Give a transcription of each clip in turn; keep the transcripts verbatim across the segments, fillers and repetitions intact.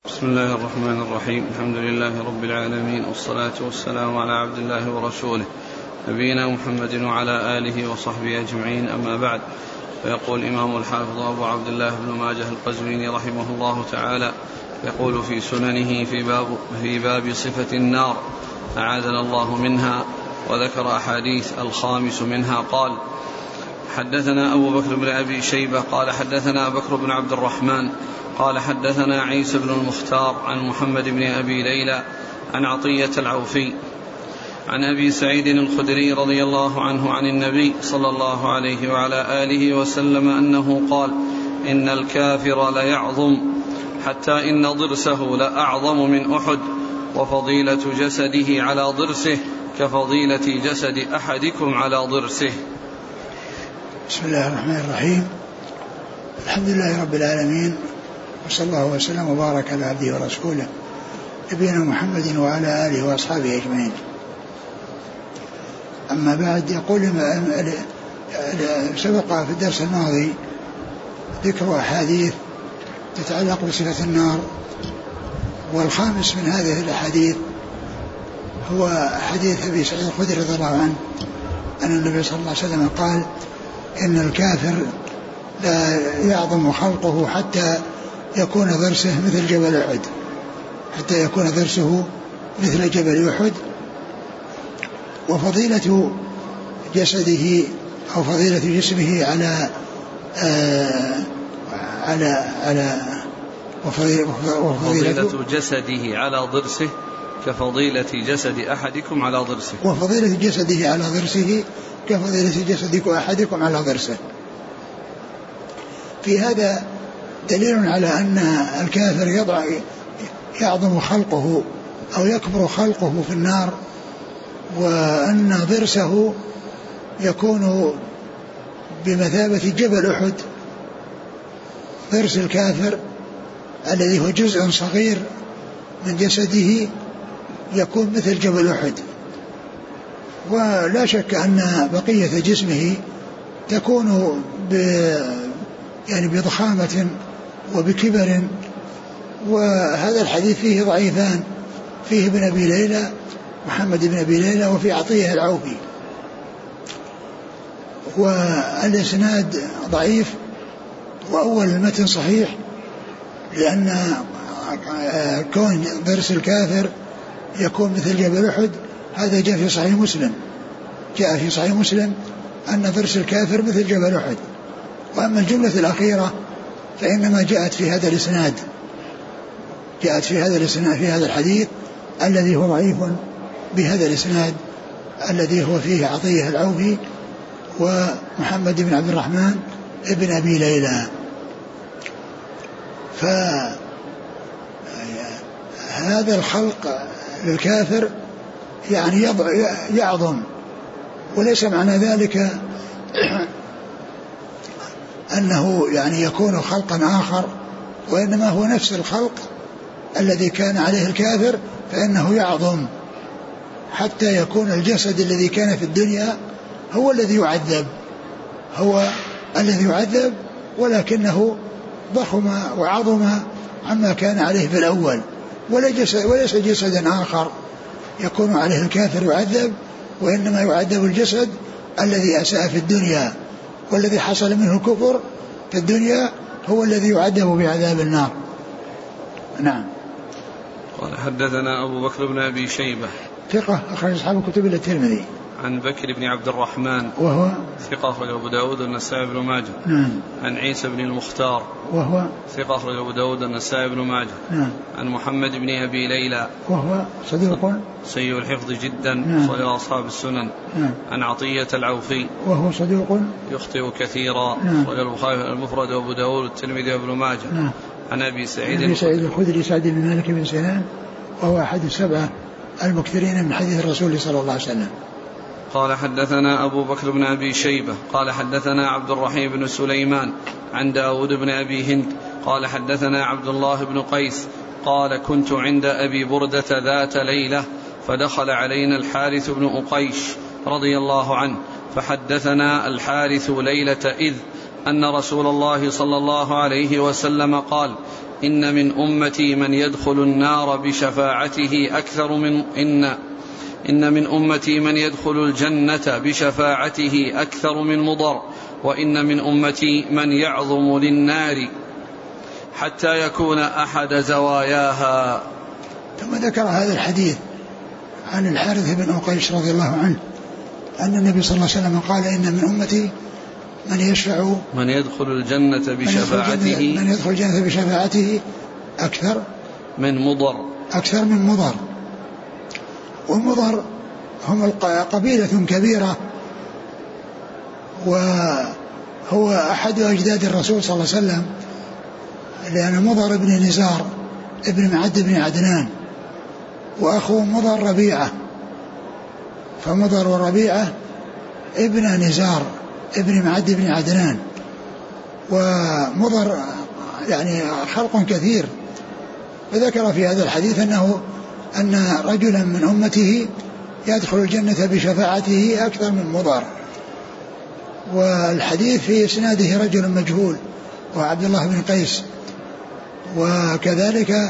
بسم الله الرحمن الرحيم. الحمد لله رب العالمين، والصلاة والسلام على عبد الله ورسوله نبينا محمد وعلى آله وصحبه أجمعين، أما بعد. فيقول الإمام الحافظ أبو عبد الله بن ماجه القزويني رحمه الله تعالى، يقول في سننه في باب, في باب صفة النار أعاذنا الله منها، وذكر أحاديث. الخامس منها قال: حدثنا أبو بكر بن أبي شيبة قال حدثنا بكر بن عبد الرحمن قال حدثنا عيسى بن المختار عن محمد بن أبي ليلى عن عطية العوفي عن أبي سعيد الخدري رضي الله عنه عن النبي صلى الله عليه وعلى آله وسلم أنه قال: إن الكافر ليعظم حتى إن ضرسه لأعظم من أحد، وفضيلة جسده على ضرسه كفضيلة جسد أحدكم على ضرسه. بسم الله الرحمن الرحيم. الحمد لله رب العالمين، وصلى الله وسلم وبارك على عبده ورسوله نبينا محمد وعلى آله وأصحابه أجمعين. أما بعد، يقول سبق في الدرس الماضي ذكر أحاديث تتعلق بصفة النار، والخامس من هذه الأحاديث هو حديث أبي سعيد الخدري رضي الله عنه أن النبي صلى الله عليه وسلم قال: إن الكافر لا يعظم خلقه حتى يكون ضرسه مثل جبل أحد حتى يكون ضرسه مثل جبل أحد، وفضيلة جسده أو فضيلة جسمه على آه على على وفضيلة جسده على ضرسه كفضيلة جسد أحدكم على ضرسه وفضيلة جسده على ضرسه كفضيلة جسد أحدكم على ضرسه. في هذا دليل على أن الكافر يضع يعظم خلقه أو يكبر خلقه في النار، وأن ضرسه يكون بمثابة جبل أحد. ضرس الكافر الذي هو جزء صغير من جسده يكون مثل جبل أحد، ولا شك أن بقية جسمه تكون ب يعني بضخامة وبكبر. وهذا الحديث فيه ضعيفان، فيه ابن أبي ليلى محمد بن أبي ليلى وفي عطية العوفي، والإسناد ضعيف، وأول المتن صحيح، لأن كون ضرس الكافر يكون مثل جبل أحد هذا جاء في صحيح مسلم جاء في صحيح مسلم أن ضرس الكافر مثل جبل أحد. وأما الجملة الأخيرة فإنما جاءت في هذا الإسناد جاءت في هذا الإسناد في هذا الحديث الذي هو ضعيف بهذا الإسناد الذي هو فيه عطية العوفي ومحمد بن عبد الرحمن ابن أبي ليلى. فهذا الخلق للكافر يعني يعظم، وليس معنى ذلك أنه يعني يكون خلقا آخر، وإنما هو نفس الخلق الذي كان عليه الكافر، فإنه يعظم حتى يكون الجسد الذي كان في الدنيا هو الذي يعذب هو الذي يعذب ولكنه ضخم وعظم عما كان عليه في الأول، وليس جسدا آخر يكون عليه الكافر يعذب، وإنما يعذب الجسد الذي أساء في الدنيا، والذي حصل منه الكفر في الدنيا هو الذي يعذب بعذاب النار. نعم. قال: حدثنا أبو بكر بن أبي شيبة ثقة أخرج أصحاب الكتب إلا الترمذي. عن بكر بن عبد الرحمن وهو ثقة أخرج أبو داود والنسائي بن ماجه. نعم. عن عيسى بن المختار وهو ثقة أخرج أبو داود والنسائي بن ماجه. نعم. عن محمد بن أبي ليلى وهو صديق سيء الحفظ جدا. نعم. صلى أصحاب السنن. نعم. عن عطية العوفي وهو صديق يخطئ كثيرا. نعم. صلى البخاري المفرد وأبو داود والترمذي وابن ماجه. نعم. عن أبي سعيد أبي سعيد الخدري سعد بن مالك بن سنان، وهو أحد السبعة المكثرين من حديث الرسول صلى الله عليه وسلم. قال: حدثنا أبو بكر بن أبي شيبة قال حدثنا عبد الرحيم بن سليمان عن داود بن أبي هند قال حدثنا عبد الله بن قيس قال: كنت عند أبي بردة ذات ليلة فدخل علينا الحارث بن أقيش رضي الله عنه فحدثنا الحارث ليلة إذ أن رسول الله صلى الله عليه وسلم قال: إن من أمتي من يدخل النار بشفاعته أكثر من إن إن من أمتي من يدخل الجنة بشفاعته أكثر من مضر، وإن من أمتي من يعظم للنار حتى يكون أحد زواياها. ثم ذكر هذا الحديث عن الحارث بن عقيش رضي الله عنه أن النبي صلى الله عليه وسلم قال: إن من أمتي من يشفع من يدخل الجنة بشفاعته من يدخل الجنة بشفاعته أكثر من مضر أكثر من مضر. ومضر هم قبيلة كبيرة، وهو أحد أجداد الرسول صلى الله عليه وسلم، لأن مضر بن نزار ابن معد بن عدنان، وأخوه مضر ربيعة، فمضر وربيعة ابن نزار ابن معد بن عدنان. ومضر يعني خلق كثير. فذكر في هذا الحديث أنه أن رجلا من أمته يدخل الجنة بشفاعته أكثر من مضر. والحديث في إسناده رجل مجهول وهو عبد الله بن قيس. وكذلك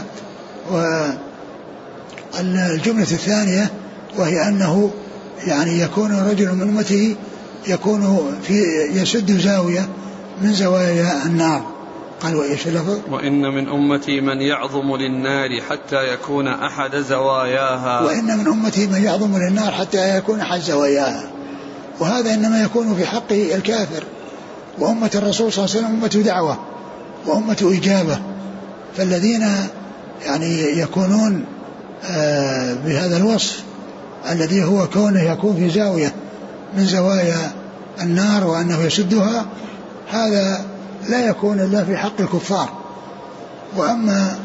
والجملة الثانية وهي أنه يعني يكون رجل من أمته يكون في يسد زاوية من زوايا النار. قال: وإيش اللفظ؟ وإن من أمتي من يعظم للنار حتى يكون أحد زواياها. وإن من أمتي من يعظم للنار حتى يكون أحد زواياها. وهذا إنما يكون في حق الكافر. وأمة الرسول صلى الله عليه وسلم أمة دعوة وأمة إجابة، فالذين يعني يكونون آه بهذا الوصف الذي هو كونه يكون في زاوية من زوايا النار وأنه يسدها، هذا لا يكون إلا في حق الكفار. وأما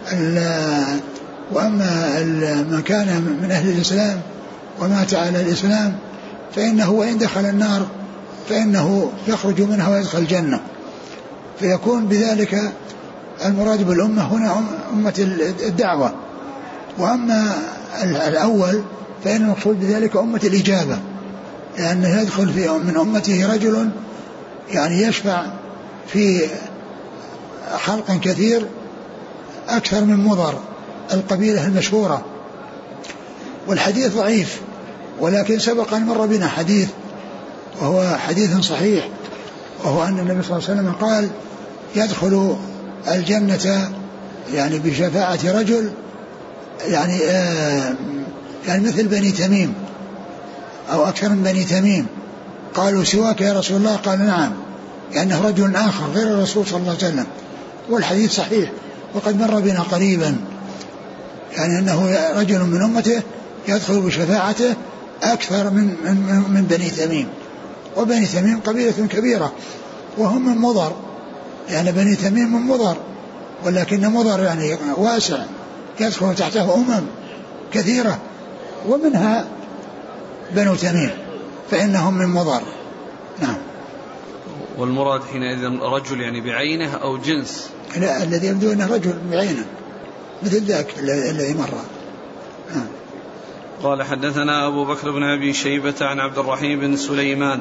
وأما من كان من أهل الإسلام ومات على الإسلام فإنه وإن دخل النار فإنه يخرج منها ويدخل الجنة، فيكون بذلك المراد بالأمة هنا أمة الدعوة. وأما الأول فإن المقصود بذلك أمة الإجابة، لأنه يدخل في من أمته رجل يعني يشفع في خلق كثير أكثر من مضر القبيلة المشهورة. والحديث ضعيف، ولكن سبق أن مر بنا حديث وهو حديث صحيح، وهو أن النبي صلى الله عليه وسلم قال: يدخل الجنة يعني بشفاعة رجل يعني آه يعني مثل بني تميم أو أكثر من بني تميم. قالوا: سواك يا رسول الله؟ قال: نعم، لأنه رجل آخر غير الرسول صلى الله عليه وسلم. والحديث صحيح وقد مر بنا قريبا، يعني أنه رجل من أمته يدخل بشفاعته أكثر من, من, من بني تميم. وبني تميم قبيلة كبيرة وهم من مضر، يعني بني تميم من مضر، ولكن مضر يعني واسع يدخل تحته أمم كثيرة ومنها بنو تميم، فإنهم من مضر. نعم. والمراد حينئذ رجل يعني بعينه أو جنس؟ لا، الذي يبدو أنه رجل بعينه مثل ذاك الذي مر. نعم. قال: حدثنا أبو بكر بن أبي شيبة عن عبد الرحيم بن سليمان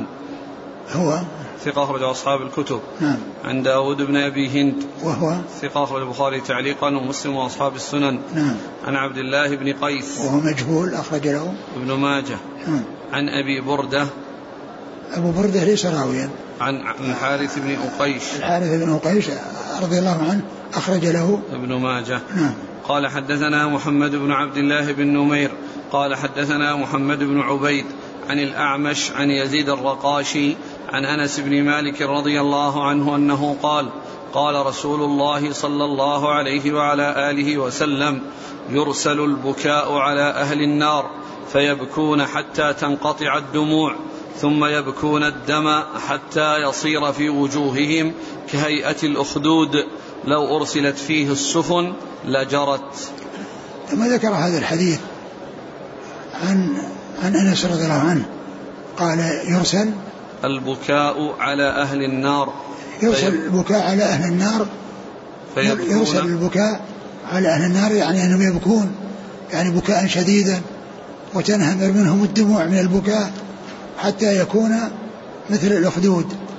هو ثقة أخرج أصحاب الكتب. نعم. عن داود بن أبي هند وهو ثقة أخرج البخاري تعليقا ومسلم وأصحاب السنن. نعم. عن عبد الله بن قيس وهو مجهول أخرج له ابن ماجه. نعم. عن أبي بردة أبو بردة ليس راويا. عن الحارث بن أقيش الحارث بن أقيش رضي الله عنه أخرج له ابن ماجه. نعم. قال: حدثنا محمد بن عبد الله بن نمير قال: حدثنا محمد بن عبيد عن الأعمش عن يزيد الرقاشي عن أنس بن مالك رضي الله عنه أنه قال: قال رسول الله صلى الله عليه وعلى آله وسلم: يرسل البكاء على أهل النار فيبكون حتى تنقطع الدموع، ثم يبكون الدم حتى يصير في وجوههم كهيئة الأخدود لو أرسلت فيه السفن لجرت. ثم ذكر هذا الحديث عن عن أنس رضي الله عنه قال: يرسل البكاء على أهل النار يرسل البكاء على أهل النار يرسل البكاء على أهل النار يعني أنهم يبكون يعني بكاء شديدا وتنهمر منهم الدموع من البكاء حتى يكون مثل الأخدود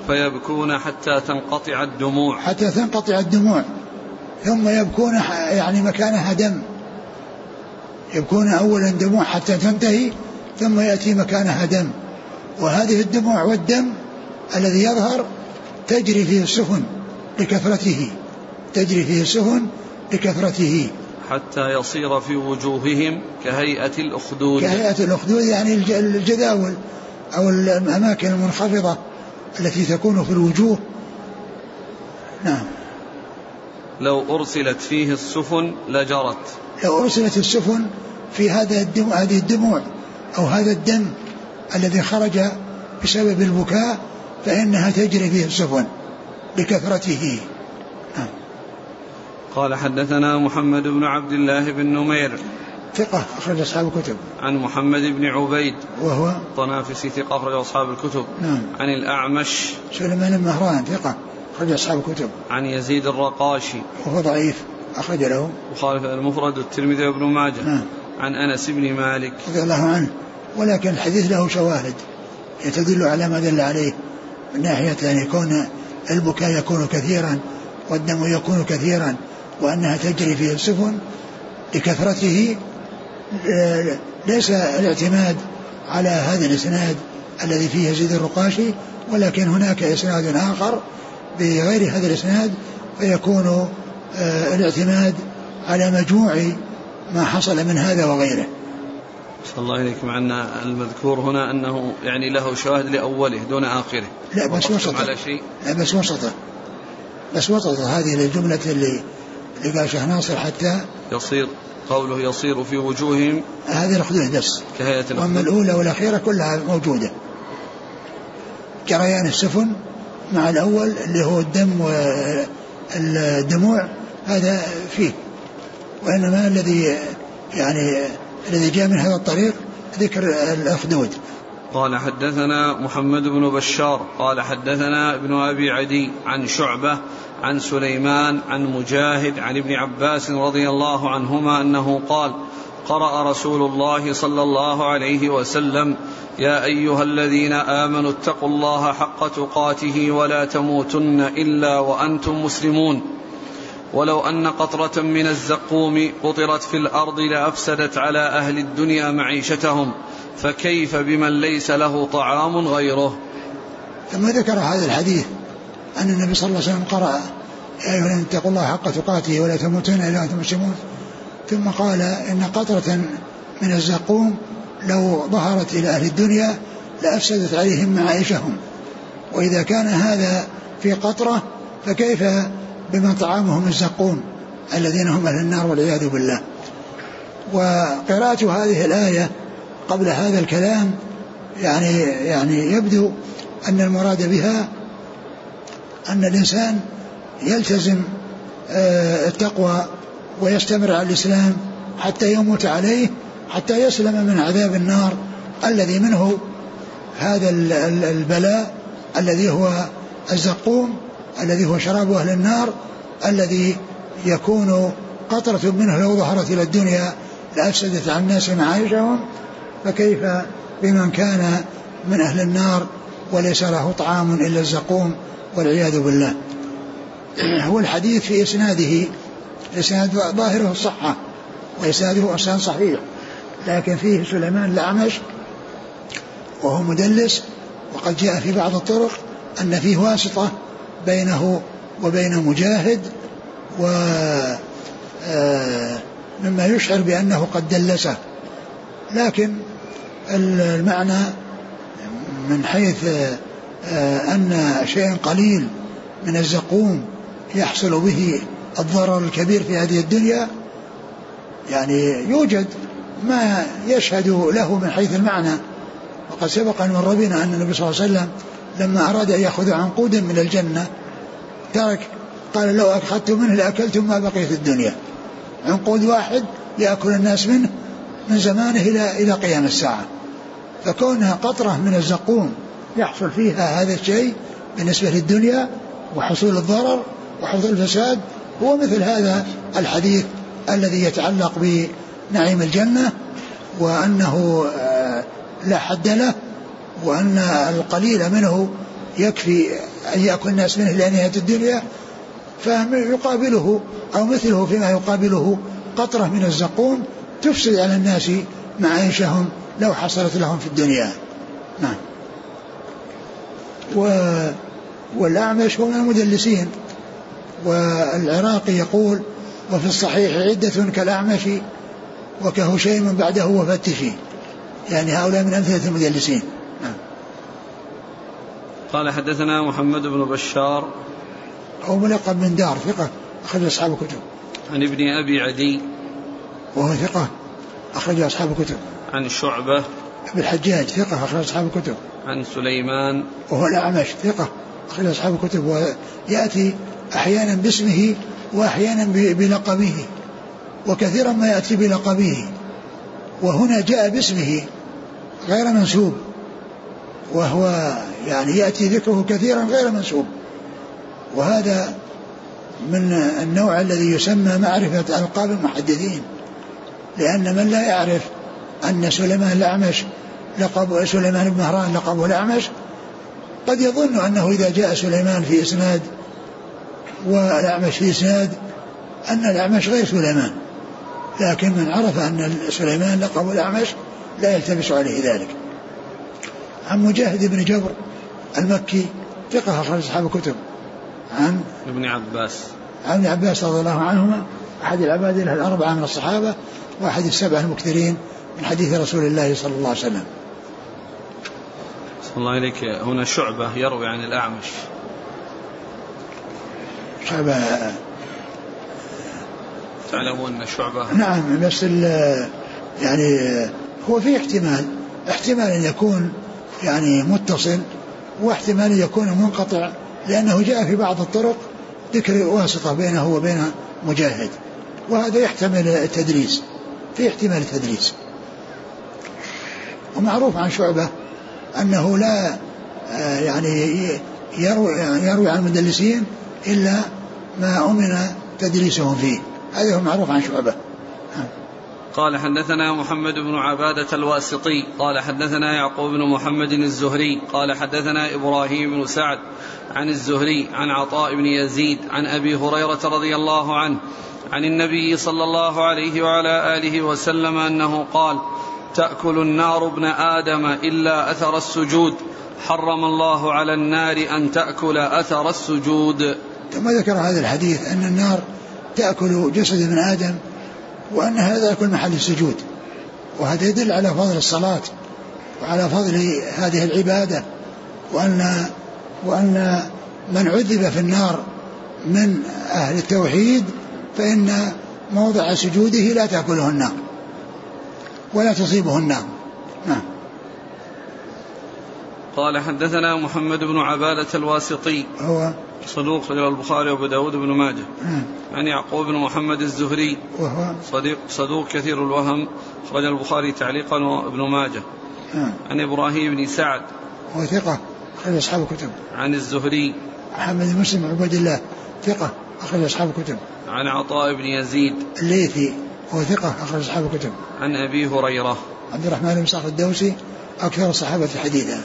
فيبكون حتى تنقطع الدموع حتى تنقطع الدموع ثم يبكون يعني مكانها دم، يبكون أولا دموع حتى تنتهي ثم يأتي مكانها دم. وهذه الدموع والدم الذي يظهر تجري فيه السفن لكثرته تجري فيه السفن لكثرته حتى يصير في وجوههم كهيئة الأخدود كهيئة الأخدود يعني الجداول أو الأماكن المنخفضة التي تكون في الوجوه. نعم. لو أرسلت فيه السفن لجرت لو أرسلت السفن في هذا الدموع هذه الدموع أو هذا الدم الذي خرج بسبب البكاء فإنها تجري فيه السفن لكثرته. نعم. قال حدثنا محمد بن عبد الله بن نمير ثقة أخرج أصحاب الكتب. عن محمد بن عبيد وهو طنافسي ثقة أخرج أصحاب الكتب. نعم. عن الأعمش سليمان بن مهران ثقة أخرج أصحاب الكتب. عن يزيد الرقاشي وهو ضعيف أخرج له وخالف المفرد والترمذي وابن ماجه. نعم. عن أنس بن مالك رضي الله عنه، ولكن الحديث له شواهد يتدل على ما دل عليه من ناحية أن يكون البكاء يكون كثيرا والدم يكون كثيرا وأنها تجري فيه السفن لكثرته. ليس الاعتماد على هذا الإسناد الذي فيه يزيد الرقاشي، ولكن هناك إسناد آخر بغير هذا الإسناد فيكون الاعتماد على مجموع ما حصل من هذا وغيره. صلى الله عليك. مع أن المذكور هنا أنه يعني له شواهد لأوله دون آخره. لا بس وسطه على شيء. لا بس وسطه بس وسطه هذه الجملة اللي اللي قال شيخ ناصر حتى يصير قوله يصير في وجوههم هذه الأخدود بس، وأما الأولى والأخيرة كلها موجودة. جريان السفن مع الأول اللي هو الدم والدموع هذا فيه، وإنما الذي يعني الذي جاء من هذا الطريق ذكر الأخدود. قال حدثنا محمد بن بشار قال حدثنا ابن أبي عدي عن شعبة عن سليمان عن مجاهد عن ابن عباس رضي الله عنهما أنه قال قرأ رسول الله صلى الله عليه وسلم يا أيها الذين آمنوا اتقوا الله حق تقاته ولا تموتن إلا وأنتم مسلمون ولو أن قطرة من الزقوم قطرت في الأرض لأفسدت على أهل الدنيا معيشتهم فكيف بمن ليس له طعام غيره. ثم ذكر هذا الحديث أن النبي صلى الله عليه وسلم قرأ يا أيها الذين اتقوا الله حق تقاته ولا تموتن إلا وأنتم مسلمون، ثم قال إن قطرة من الزقوم لو ظهرت إلى أهل الدنيا لأفسدت عليهم معيشهم، وإذا كان هذا في قطرة فكيف بمن طعامهم الزقوم الذين هم أهل النار والعياذ بالله. وقراءة هذه الآية قبل هذا الكلام يعني يعني يبدو أن المراد بها أن الإنسان يلتزم التقوى ويستمر على الإسلام حتى يموت عليه حتى يسلم من عذاب النار الذي منه هذا البلاء الذي هو الزقوم الذي هو شراب أهل النار الذي يكون قطرة منه لو ظهرت إلى الدنيا لأفسدت عن الناس معايشهم، فكيف بمن كان من أهل النار وليس له طعام إلا الزقوم والعياذ بالله. هو الحديث في إسناده إسناد ظاهره الصحة وإسناده أصلا صحيح، لكن فيه سليمان الأعمش وهو مدلس، وقد جاء في بعض الطرق أن فيه واسطة بينه وبين مجاهد ومما يشعر بأنه قد دلسه، لكن المعنى من حيث أن شيء قليل من الزقوم يحصل به الضرر الكبير في هذه الدنيا يعني يوجد ما يشهد له من حيث المعنى. وقد سبق أن مر بنا أن النبي صلى الله عليه وسلم لما أراد أن يأخذ عنقودا من الجنة ترك قال لو أخذت منه لأكلتم ما بقي في الدنيا، عنقود واحد يأكل الناس منه من زمانه إلى إلى قيام الساعة. فكونها قطرة من الزقوم يحصل فيها هذا الشيء بالنسبة للدنيا وحصول الضرر وحصول الفساد هو مثل هذا الحديث الذي يتعلق بنعيم الجنة وأنه لا حد له وأن القليل منه يكفي أن يأكل الناس منه إلى نهاية الدنيا، فيقابله أو مثله فيما يقابله قطرة من الزقوم تفسد على الناس معيشهم لو حصلت لهم في الدنيا. نعم. والأعمش هو من المدلسين. والعراقي يقول وفي الصحيح عدة كالأعمش وكهشيم بعده وفتشي، يعني هؤلاء من أمثلة المدلسين. نعم. قال حدثنا محمد بن بشار هو ملقب من دار، ثقة أخرج أصحاب الكتب. عن ابن أبي عدي وهو ثقة أخرج أصحاب الكتب. عن شعبة ابن الحجاج ثقة أخرج أصحاب الكتب. عن سليمان وهو الأعمش ثقة أخرج أصحاب الكتب، ويأتي أحيانا باسمه وأحيانا بلقبه، وكثيرا ما يأتي بلقبه، وهنا جاء باسمه غير منسوب، وهو يعني يأتي ذكره كثيرا غير منسوب، وهذا من النوع الذي يسمى معرفة ألقاب المحدثين، لأن من لا يعرف أن سليمان الأعمش لقب سليمان بن مهران لقبه الأعمش قد يظن أنه إذا جاء سليمان في إسناد والأعمش في إسناد أن الأعمش غير سليمان، لكن من عرف أن سليمان لقبه الأعمش لا يلتبس عليه ذلك. عن مجاهد بن جبر المكي ثقة أخرج أصحاب الكتب. عن ابن عباس عن ابن عباس رضي الله عنهما أحد العباد الأربعة من الصحابة وأحد السبعة المكثرين من حديث رسول الله صلى الله عليه وسلم. صلى الله عليك. هنا شعبة يروي عن الأعمش. شعبة تعلمون أن شعبة نعم، بس يعني هو في احتمال احتمال أن يكون يعني متصل، واحتمال يكون منقطع، لأنه جاء في بعض الطرق ذكر واسطة بينه وبين مجاهد، وهذا يحتمل التدريس، في احتمال التدريس. ومعروف عن شعبة أنه لا يعني يروي, يروي عن المدلسين إلا ما أمن تدريسهم فيه، هذا هو معروف عن شعبة. قال حدثنا محمد بن عبادة الواسطي قال حدثنا يعقوب بن محمد الزهري قال حدثنا إبراهيم بن سعد عن الزهري عن عطاء بن يزيد عن أبي هريرة رضي الله عنه عن النبي صلى الله عليه وعلى آله وسلم أنه قال: تأكل النار ابن آدم إلا أثر السجود، حرم الله على النار أن تأكل أثر السجود. ثم ذكر هذا الحديث أن النار تأكل جسد ابن آدم، وأن هذا يأكل محل السجود، وهذا يدل على فضل الصلاة وعلى فضل هذه العبادة، وأن وأن من عذب في النار من أهل التوحيد فإن موضع سجوده لا تأكله النار ولا تصيبه النار. نعم. قال حدثنا محمد بن عبادة الواسطي هو صدوق إلى البخاري وابو داود بن ماجه. نعم. عن يعقوب بن محمد الزهري وهو صديق صدوق كثير الوهم، أخرج البخاري تعليقا وابن ماجه. نعم. عن إبراهيم بن سعد هو ثقة أخرج أصحاب الكتب. عن الزهري محمد بن مسلم عبد الله ثقة أخرج أصحاب الكتب. عن عطاء بن يزيد الليثي هو ثقة أخرج أصحاب الكتب. عن أبي هريرة عبد الرحمن بن صخر الدوسي أكثر الصحابة حديثا.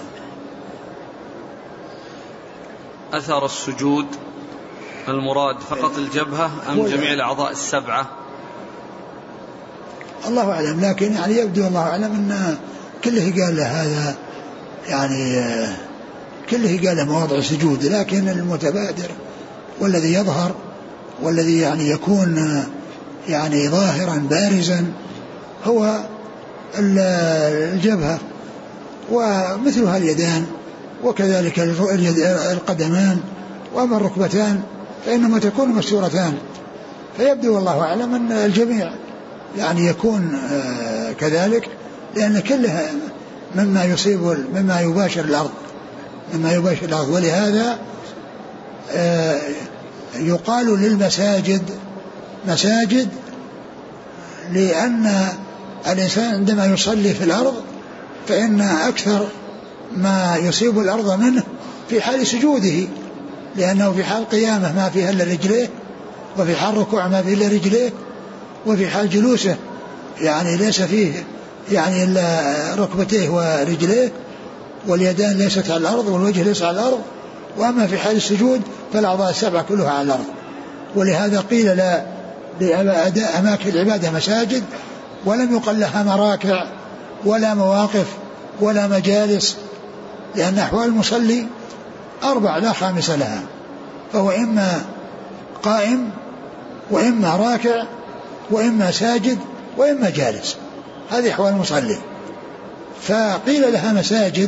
أثر السجود المراد فقط الجبهة أم جميع الأعضاء السبعة؟ الله أعلم، لكن يعني يبدو الله أعلم أن كله قال له هذا، يعني كله قال له مواضع السجود، لكن المتبادر والذي يظهر والذي يعني يكون يعني ظاهرا بارزا هو الجبهة، ومثلها اليدان، وكذلك القدمان، وأما الركبتان فإنما تكون مستورتان، فيبدو والله أعلم أن الجميع يعني يكون كذلك، لأن كلها مما يصيب مما يباشر الأرض مما يباشر الأرض ولهذا يقال للمساجد مساجد، لأن الإنسان عندما يصلي في الأرض فإن أكثر ما يصيب الأرض منه في حال سجوده، لأنه في حال قيامه ما فيها إلا رجليه، وفي حال ركوع ما فيه إلا رجليه، وفي حال جلوسه يعني ليس فيه يعني إلا ركبتيه ورجليه، واليدان ليست على الأرض والوجه ليس على الأرض، وأما في حال السجود فالأعضاء السبعة كلها على الأرض. ولهذا قيل لا لأماكن العبادة مساجد، ولم يقل لها مراكع ولا مواقف ولا مجالس، لأن أحوال المصلي أربع لا خامس لها، فهو إما قائم وإما راكع وإما ساجد وإما جالس، هذه أحوال المصلي. فقيل لها مساجد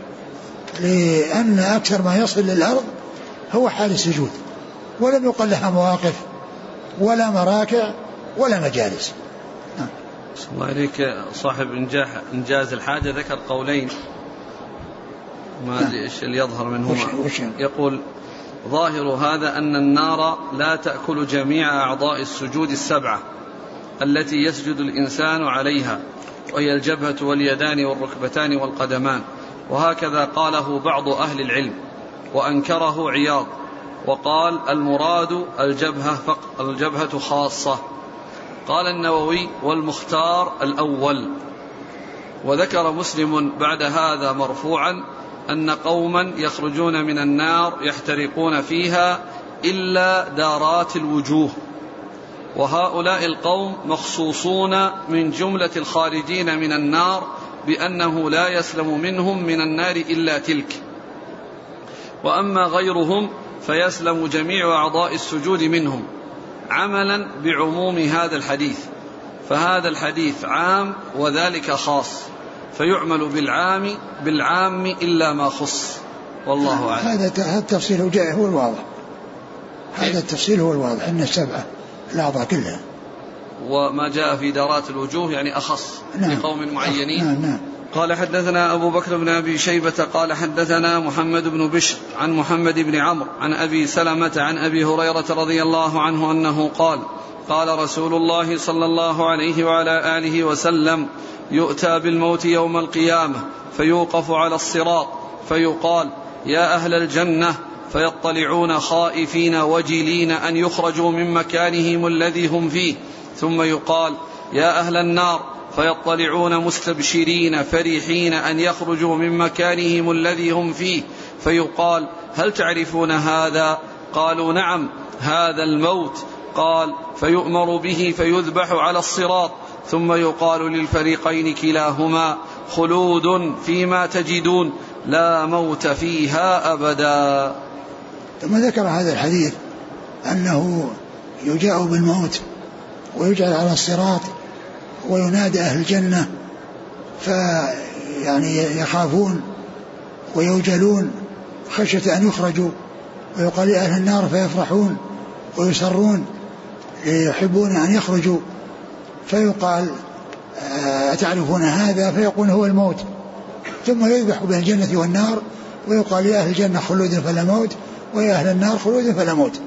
لأن أكثر ما يصل للأرض هو حال السجود، ولم يقل لها مواقف ولا مراكع ولا مجالس. صلى الله عليك. صاحب إنجاز الحاجة ذكر قولين ما أدري إيش اللي يظهر منهما. يقول ظاهر هذا أن النار لا تأكل جميع أعضاء السجود السبعة التي يسجد الإنسان عليها، وهي الجبهة واليدان والركبتان والقدمان، وهكذا قاله بعض أهل العلم وأنكره عياض، وقال المراد الجبهة, فق الجبهة خاصة. قال النووي والمختار الأول. وذكر مسلم بعد هذا مرفوعا أن قوما يخرجون من النار يحترقون فيها إلا دارات الوجوه، وهؤلاء القوم مخصوصون من جملة الخارجين من النار بأنه لا يسلم منهم من النار إلا تلك، وأما غيرهم فيسلم جميع أعضاء السجود منهم، عملا بعموم هذا الحديث. فهذا الحديث عام وذلك خاص، فيعمل بالعام بالعام إلا ما خص، والله أعلم. هذا التفصيل جاء هو الواضح، هذا التفصيل هو الواضح أن السبعة الأعضاء كلها، وما جاء في دارات الوجوه يعني أخص نعم. لقوم معينين. نعم نعم. قال حدثنا أبو بكر بن أبي شيبة قال حدثنا محمد بن بشر عن محمد بن عمرو عن أبي سلمة عن أبي هريرة رضي الله عنه أنه قال قال رسول الله صلى الله عليه وعلى آله وسلم يؤتى بالموت يوم القيامة فيوقف على الصراط فيقال يا أهل الجنة، فيطلعون خائفين وجلين أن يخرجوا من مكانهم الذي هم فيه، ثم يقال يا أهل النار، فيطلعون مستبشرين فرحين أن يخرجوا من مكانهم الذي هم فيه، فيقال هل تعرفون هذا؟ قالوا نعم، هذا الموت. قال فيؤمر به فيذبح على الصراط، ثم يقال للفريقين كلاهما خلود فيما تجدون لا موت فيها أبدا. ثم ذكر هذا الحديث أنه يجاء بالموت ويجعل على الصراط وينادى أهل الجنة فيعني يخافون ويوجلون خشية أن يخرجوا، ويقال لأهل النار فيفرحون ويسرون يحبون أن يخرجوا، فيقال أتعرفون هذا؟ فيقول هو الموت. ثم يذبح بين الجنة والنار ويقال يا أهل الجنة خلود فلا موت، ويا أهل النار خلود فلا موت.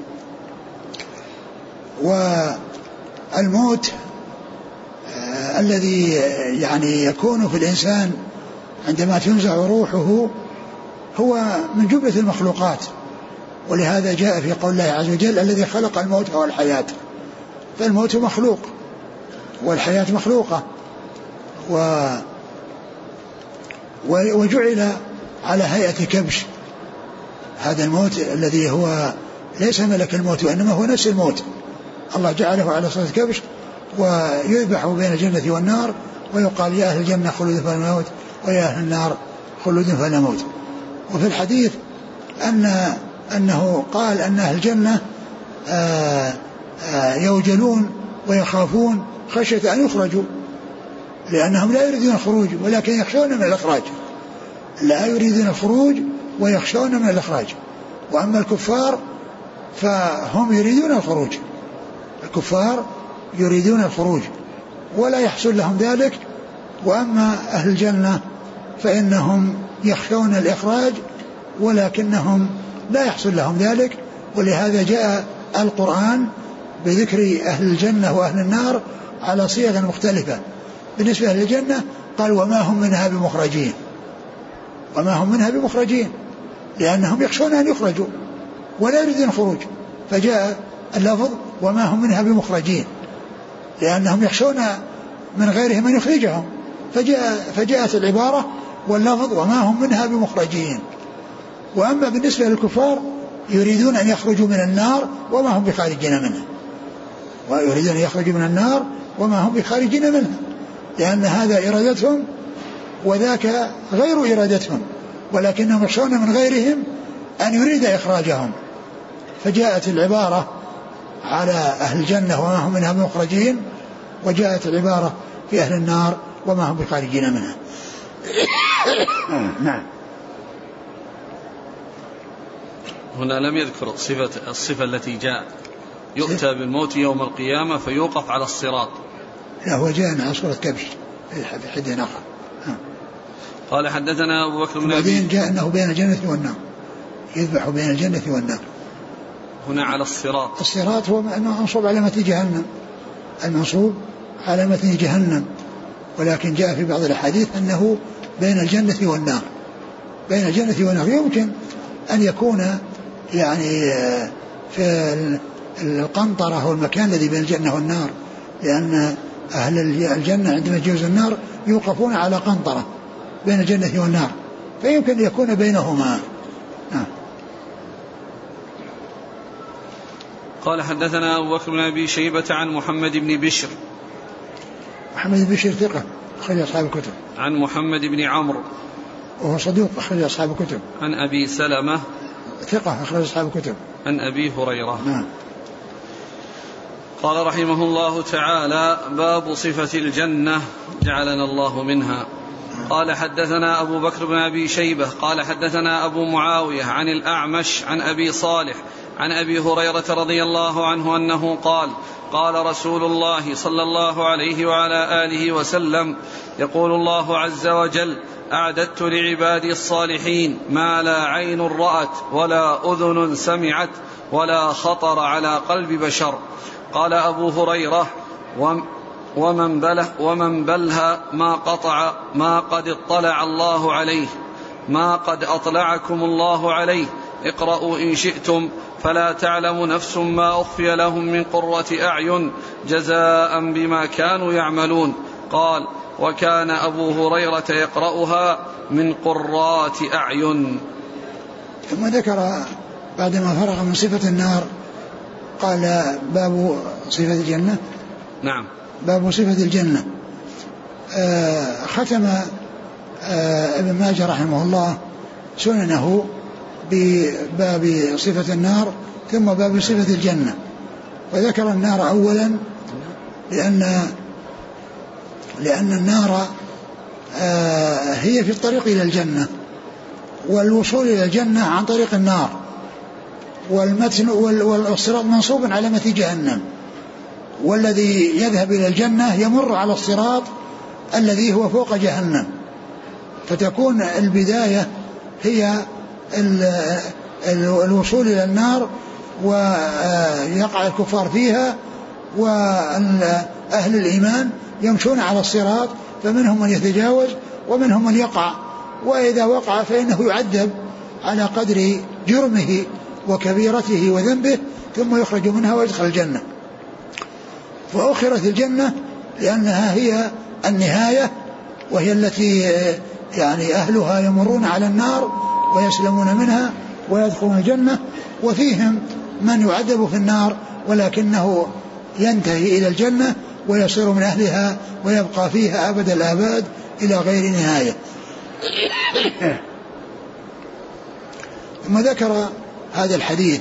والموت آه الذي يعني يكون في الإنسان عندما تنزع روحه هو من جملة المخلوقات، ولهذا جاء في قول الله عز وجل الذي خلق الموت والحياة، فالموت مخلوق والحياة مخلوقة، و وجعل على هيئة كبش. هذا الموت الذي هو ليس ملك الموت وإنما هو نفس الموت، الله جعله على صورة كبش، ويذبح بين الجنة والنار ويقال يا أهل الجنة خلود فلا موت، ويا أهل النار خلود فلا موت. وفي الحديث أن أنه قال أن أهل الجنة آآ آآ يوجلون ويخافون خشية أن يخرجوا، لأنهم لا يريدون الخروج ولكن يخشون من الإخراج، لا يريدون الخروج ويخشون من الإخراج. وأما الكفار فهم يريدون الخروج، الكفار يريدون الخروج ولا يحصل لهم ذلك. وأما أهل الجنة فإنهم يخشون الإخراج ولكنهم لا يحصل لهم ذلك. ولهذا جاء القرآن بذكر أهل الجنة وأهل النار على صيغ مختلفة. بالنسبة لأهل الجنة قال وما هم منها بمخرجين، وما هم منها بمخرجين، لأنهم يخشون أن يخرجوا ولا يريدون الخروج، فجاء اللفظ وما هم منها بمخرجين لأنهم يخشون من غيرهم أن يخرجهم، فجاء فجاءت العبارة واللفظ وما هم منها بمخرجين. وأما بالنسبة للكفار يريدون أن يخرجوا من النار وما هم بخارجين منها، ويريدون أن يخرجوا من النار وما هم بخارجين منها، لأن هذا إرادتهم وذاك غير إرادتهم، ولكنهم يخشون من غيرهم أن يريد إخراجهم، فجاءت العبارة على أهل الجنة وما هم منها مخرجين، وجاءت العبارة في أهل النار وما هم بخارجين منها. نعم. هنا لم يذكر صفة الصفة التي جاء يؤتى بالموت يوم القيامة فيوقف على الصراط. لا هو جاء على صورة كبش في حد آخر. قال حدثنا أبو بكر بن أبي وبعدين جاء أنه بين الجنة والنار، يذبح بين الجنة والنار. هنا على الصراط. الصراط هو منصوب على متن جهنم، المنصوب على متن جهنم، ولكن جاء في بعض الأحاديث أنه بين الجنة والنار، بين الجنة والنار. يمكن أن يكون يعني في القنطرة والمكان الذي بين الجنة والنار، لأن أهل الجنة عندما يجوز النار يوقفون على قنطرة بين الجنة والنار، فيمكن أن يكون بينهما. آه. قال حدثنا أبو بكر بن أبي شيبة عن محمد بن بشر. محمد بن بشر ثقة أخرج أصحاب الكتب. عن محمد بن عمرو وهو صدوق أخرج أصحاب الكتب. عن أبي سلمة ثقة أخرج أصحاب الكتب. عن أبي هريرة. نعم. قال رحمه الله تعالى: باب صفة الجنة جعلنا الله منها. قال حدثنا أبو بكر بن أبي شيبة قال حدثنا أبو معاوية عن الأعمش عن أبي صالح عن أبي هريرة رضي الله عنه أنه قال: قال رسول الله صلى الله عليه وعلى آله وسلم: يقول الله عز وجل: أعددت لعبادي الصالحين ما لا عين رأت ولا أذن سمعت ولا خطر على قلب بشر. قال أبو هريرة: ومن بله ومن بلها ما قطع ما قد اطلع الله عليه ما قد أطلعكم الله عليه اقرأوا إن شئتم فلا تعلم نفس ما أخفي لهم من قرة أعين جزاء بما كانوا يعملون. قال: وكان أبو هريرة يقرأها من قرات أعين. ثم ذكر بعدما فرغ من صفة النار قال: باب صفة الجنة. نعم. باب صفة الجنة. آه ختم آه ابن ماجه رحمه الله سننه بباب صفة النار ثم باب صفة الجنة، وذكر النار أولا لأن لأن النار آه هي في الطريق إلى الجنة، والوصول إلى الجنة عن طريق النار، والمتن والصراط منصوب على متن جهنم، والذي يذهب إلى الجنة يمر على الصراط الذي هو فوق جهنم، فتكون البداية هي الوصول إلى النار ويقع الكفار فيها، وأهل الإيمان يمشون على الصراط، فمنهم من يتجاوز ومنهم من يقع، وإذا وقع فإنه يعذب على قدر جرمه وكبيرته وذنبه ثم يخرج منها ويدخل الجنة. فأخرت الجنة لأنها هي النهاية، وهي التي يعني أهلها يمرون على النار ويسلمون منها ويدخلون الجنة، وفيهم من يعذب في النار ولكنه ينتهي إلى الجنة ويصير من أهلها ويبقى فيها أبد الآباد إلى غير نهاية. ثم ذكر هذا الحديث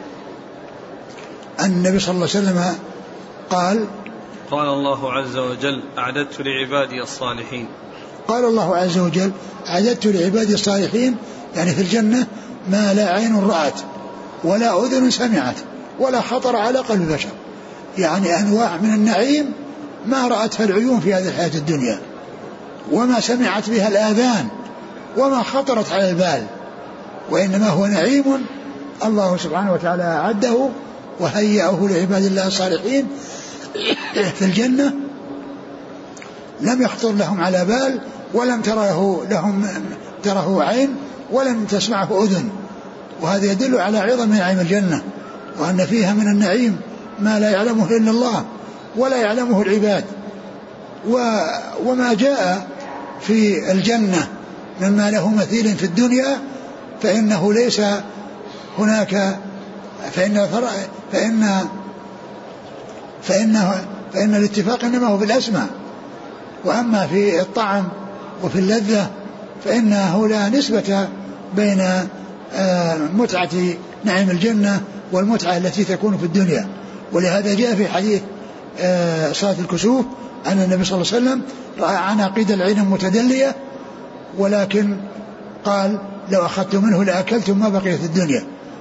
أن النبي صلى الله عليه وسلم قال: قال الله عز وجل: أعددت لعبادي الصالحين. قال الله عز وجل: أعددت لعبادي الصالحين، يعني في الجنة ما لا عين رأت ولا أذن سمعت ولا خطر على قلب بشر، يعني أنواع من النعيم ما رأتها العيون في هذه الحياة الدنيا، وما سمعت بها الآذان، وما خطرت على البال، وإنما هو نعيم الله سبحانه وتعالى أعده وهيئه لعباد الله الصالحين في الجنة، لم يخطر لهم على بال، ولم تره لهم تره عين، ولم تسمعه أذن. وهذا يدل على عظم نعيم الجنة، وأن فيها من النعيم ما لا يعلمه إلا الله ولا يعلمه العباد. وما جاء في الجنة مما له مثيل في الدنيا فإنه ليس هناك فإن فإن فإن فإن الاتفاق إنما هو في الأسماء، وأما في الطعم وفي اللذة فإنه لا نسبة بين متعة نعيم الجنة والمتعة التي تكون في الدنيا. ولهذا جاء في حديث صلاة الكسوف أن النبي صلى الله عليه وسلم رأى عناقيد العين متدلية، ولكن قال لو أخذت منه لأكلتم ما بقيت الدنيا.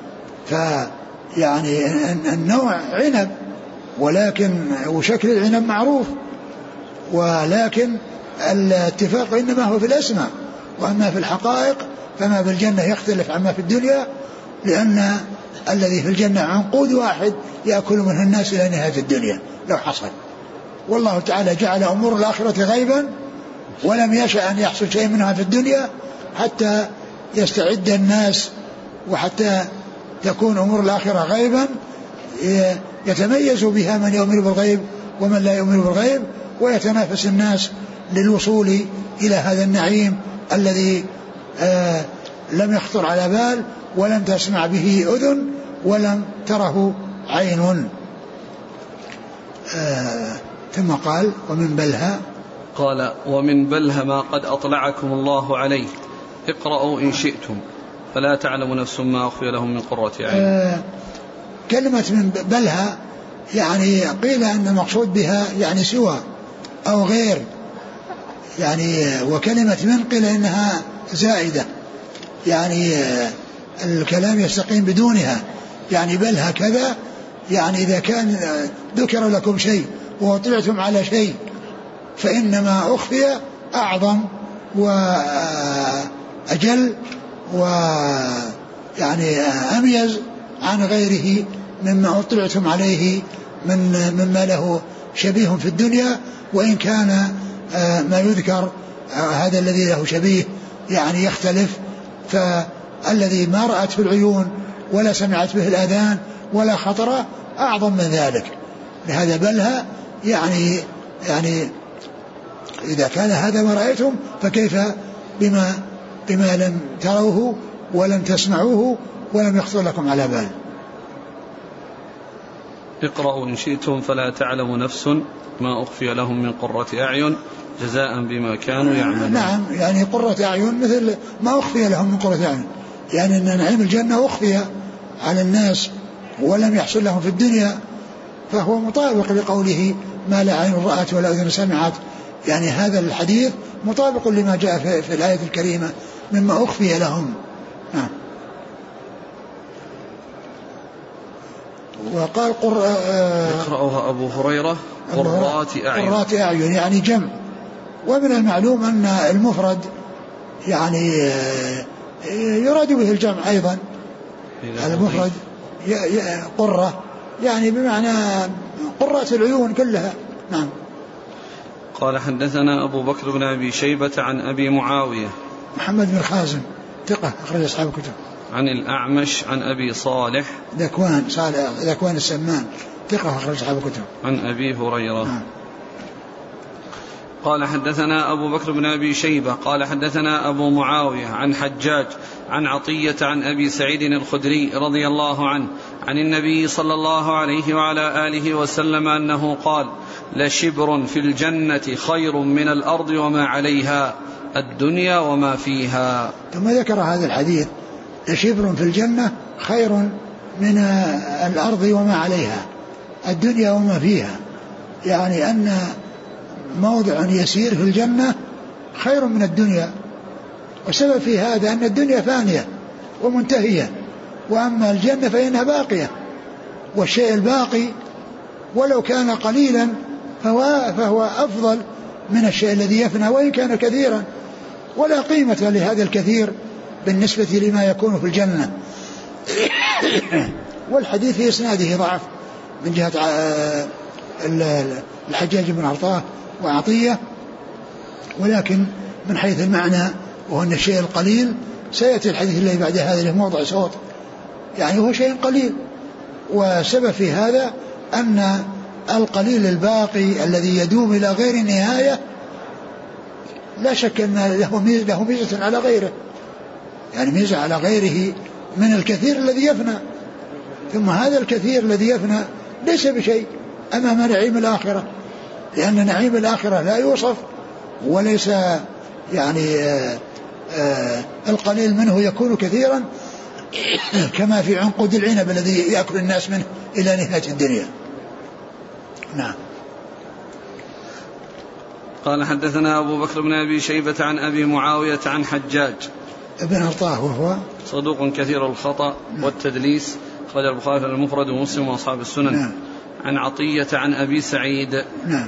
فيعني النوع عنب، ولكن وشكل العنب معروف، ولكن الاتفاق إنما هو في الأسماء، وأما في الحقائق فما في الجنة يختلف عما في الدنيا، لأن الذي في الجنة عنقود واحد يأكل منه الناس إلى نهاية الدنيا لو حصل. والله تعالى جعل أمور الآخرة غيبا، ولم يشأ أن يحصل شيء منها في الدنيا حتى يستعد الناس، وحتى تكون أمور الآخرة غيبا يتميز بها من يؤمن بالغيب ومن لا يؤمن بالغيب، ويتنافس الناس للوصول إلى هذا النعيم الذي آه لم يخطر على بال ولم تسمع به أذن ولم تره عين. آه ثم قال ومن بلها قال ومن بلها ما قد أطلعكم الله عليه اقرأوا إن شئتم فلا تعلم نفس ما أخفي لهم من قرة أعين. آه كلمة من بلها يعني قيل أن المقصود بها يعني سوى أو غير، يعني وكلمة من قيل إنها زائدة، يعني الكلام يستقيم بدونها، يعني بل هكذا، يعني إذا كان ذكر لكم شيء وطلعتم على شيء فإنما أخفي أعظم وأجل ويعني أميز عن غيره مما أطلعتم عليه من مما له شبيه في الدنيا، وإن كان ما يذكر هذا الذي له شبيه يعني يختلف، فالذي ما رأت في العيون ولا سمعت به الآذان ولا خطر أعظم من ذلك. لهذا بلها يعني يعني إذا كان هذا ما رأيتم فكيف بما بما لم تروه ولم تسمعوه ولم يخطر لكم على بال. اقرأوا إن شئتم فلا تعلم نفس ما أخفي لهم من قرة أعين جزاء بما كانوا يعملون. نعم، يعني قرة أعين مثل ما أخفي لهم من قرة أعين، يعني أن نعيم الجنة أخفي على الناس ولم يحصل لهم في الدنيا، فهو مطابق لقوله ما لا عين رأت ولا أذن سمعت، يعني هذا الحديث مطابق لما جاء في, في الآية الكريمة مما أخفي لهم. نعم. وقال قر... يقرأها أبو هريرة قرات أعين. قرات أعين يعني جمع، ومن المعلوم أن المفرد يعني يراد به الجمع أيضا. المفرد قرة يعني بمعنى قرات العيون كلها. نعم. قال حدثنا أبو بكر بن أبي شيبة عن أبي معاوية محمد بن خازم ثقة أخرج أصحاب الكتب. عن الأعمش عن أبي صالح ذكوان صالح ذكوان السمان ثقة أخرج أصحاب الكتب. عن أبي هريرة. نعم. قال حدثنا أبو بكر بن أبي شيبة قال حدثنا أبو معاوية عن حجاج عن عطية عن أبي سعيد الخدري رضي الله عنه عن النبي صلى الله عليه وعلى آله وسلم أنه قال لشبر في الجنة خير من الأرض وما عليها الدنيا وما فيها. ثم ذكر هذا الحديث لشبر في الجنة خير من الأرض وما عليها الدنيا وما فيها، يعني أن موضع يسير في الجنة خير من الدنيا، والسبب في هذا أن الدنيا فانية ومنتهية، وأما الجنة فإنها باقية، والشيء الباقي ولو كان قليلا فهو, فهو أفضل من الشيء الذي يفنى وإن كان كثيرا، ولا قيمة لهذا الكثير بالنسبة لما يكون في الجنة. والحديث في إسناده ضعف من جهة الحجاج بن عطاء وعطية، ولكن من حيث المعنى وهو أن الشيء القليل سيأتي الحديث الذي بعد هذا له موضع صوت، يعني هو شيء قليل، وسبب في هذا أن القليل الباقي الذي يدوم إلى غير نهاية لا شك أن له ميزة على غيره، يعني ميزة على غيره من الكثير الذي يفنى. ثم هذا الكثير الذي يفنى ليس بشيء أمام نعيم الآخرة، لأن نعيم الآخرة لا يوصف، وليس يعني آآ آآ القليل منه يكون كثيرا كما في عنقود العنب الذي يأكل الناس منه إلى نهاية الدنيا. نعم. قال حدثنا أبو بكر بن أبي شيبة عن أبي معاوية عن حجاج ابن أرطاه وهو صدوق كثير الخطأ والتدليس، خرج البخاري في المفرد ومسلم وأصحاب السنن. نعم. عن عطية عن أبي سعيد. نعم.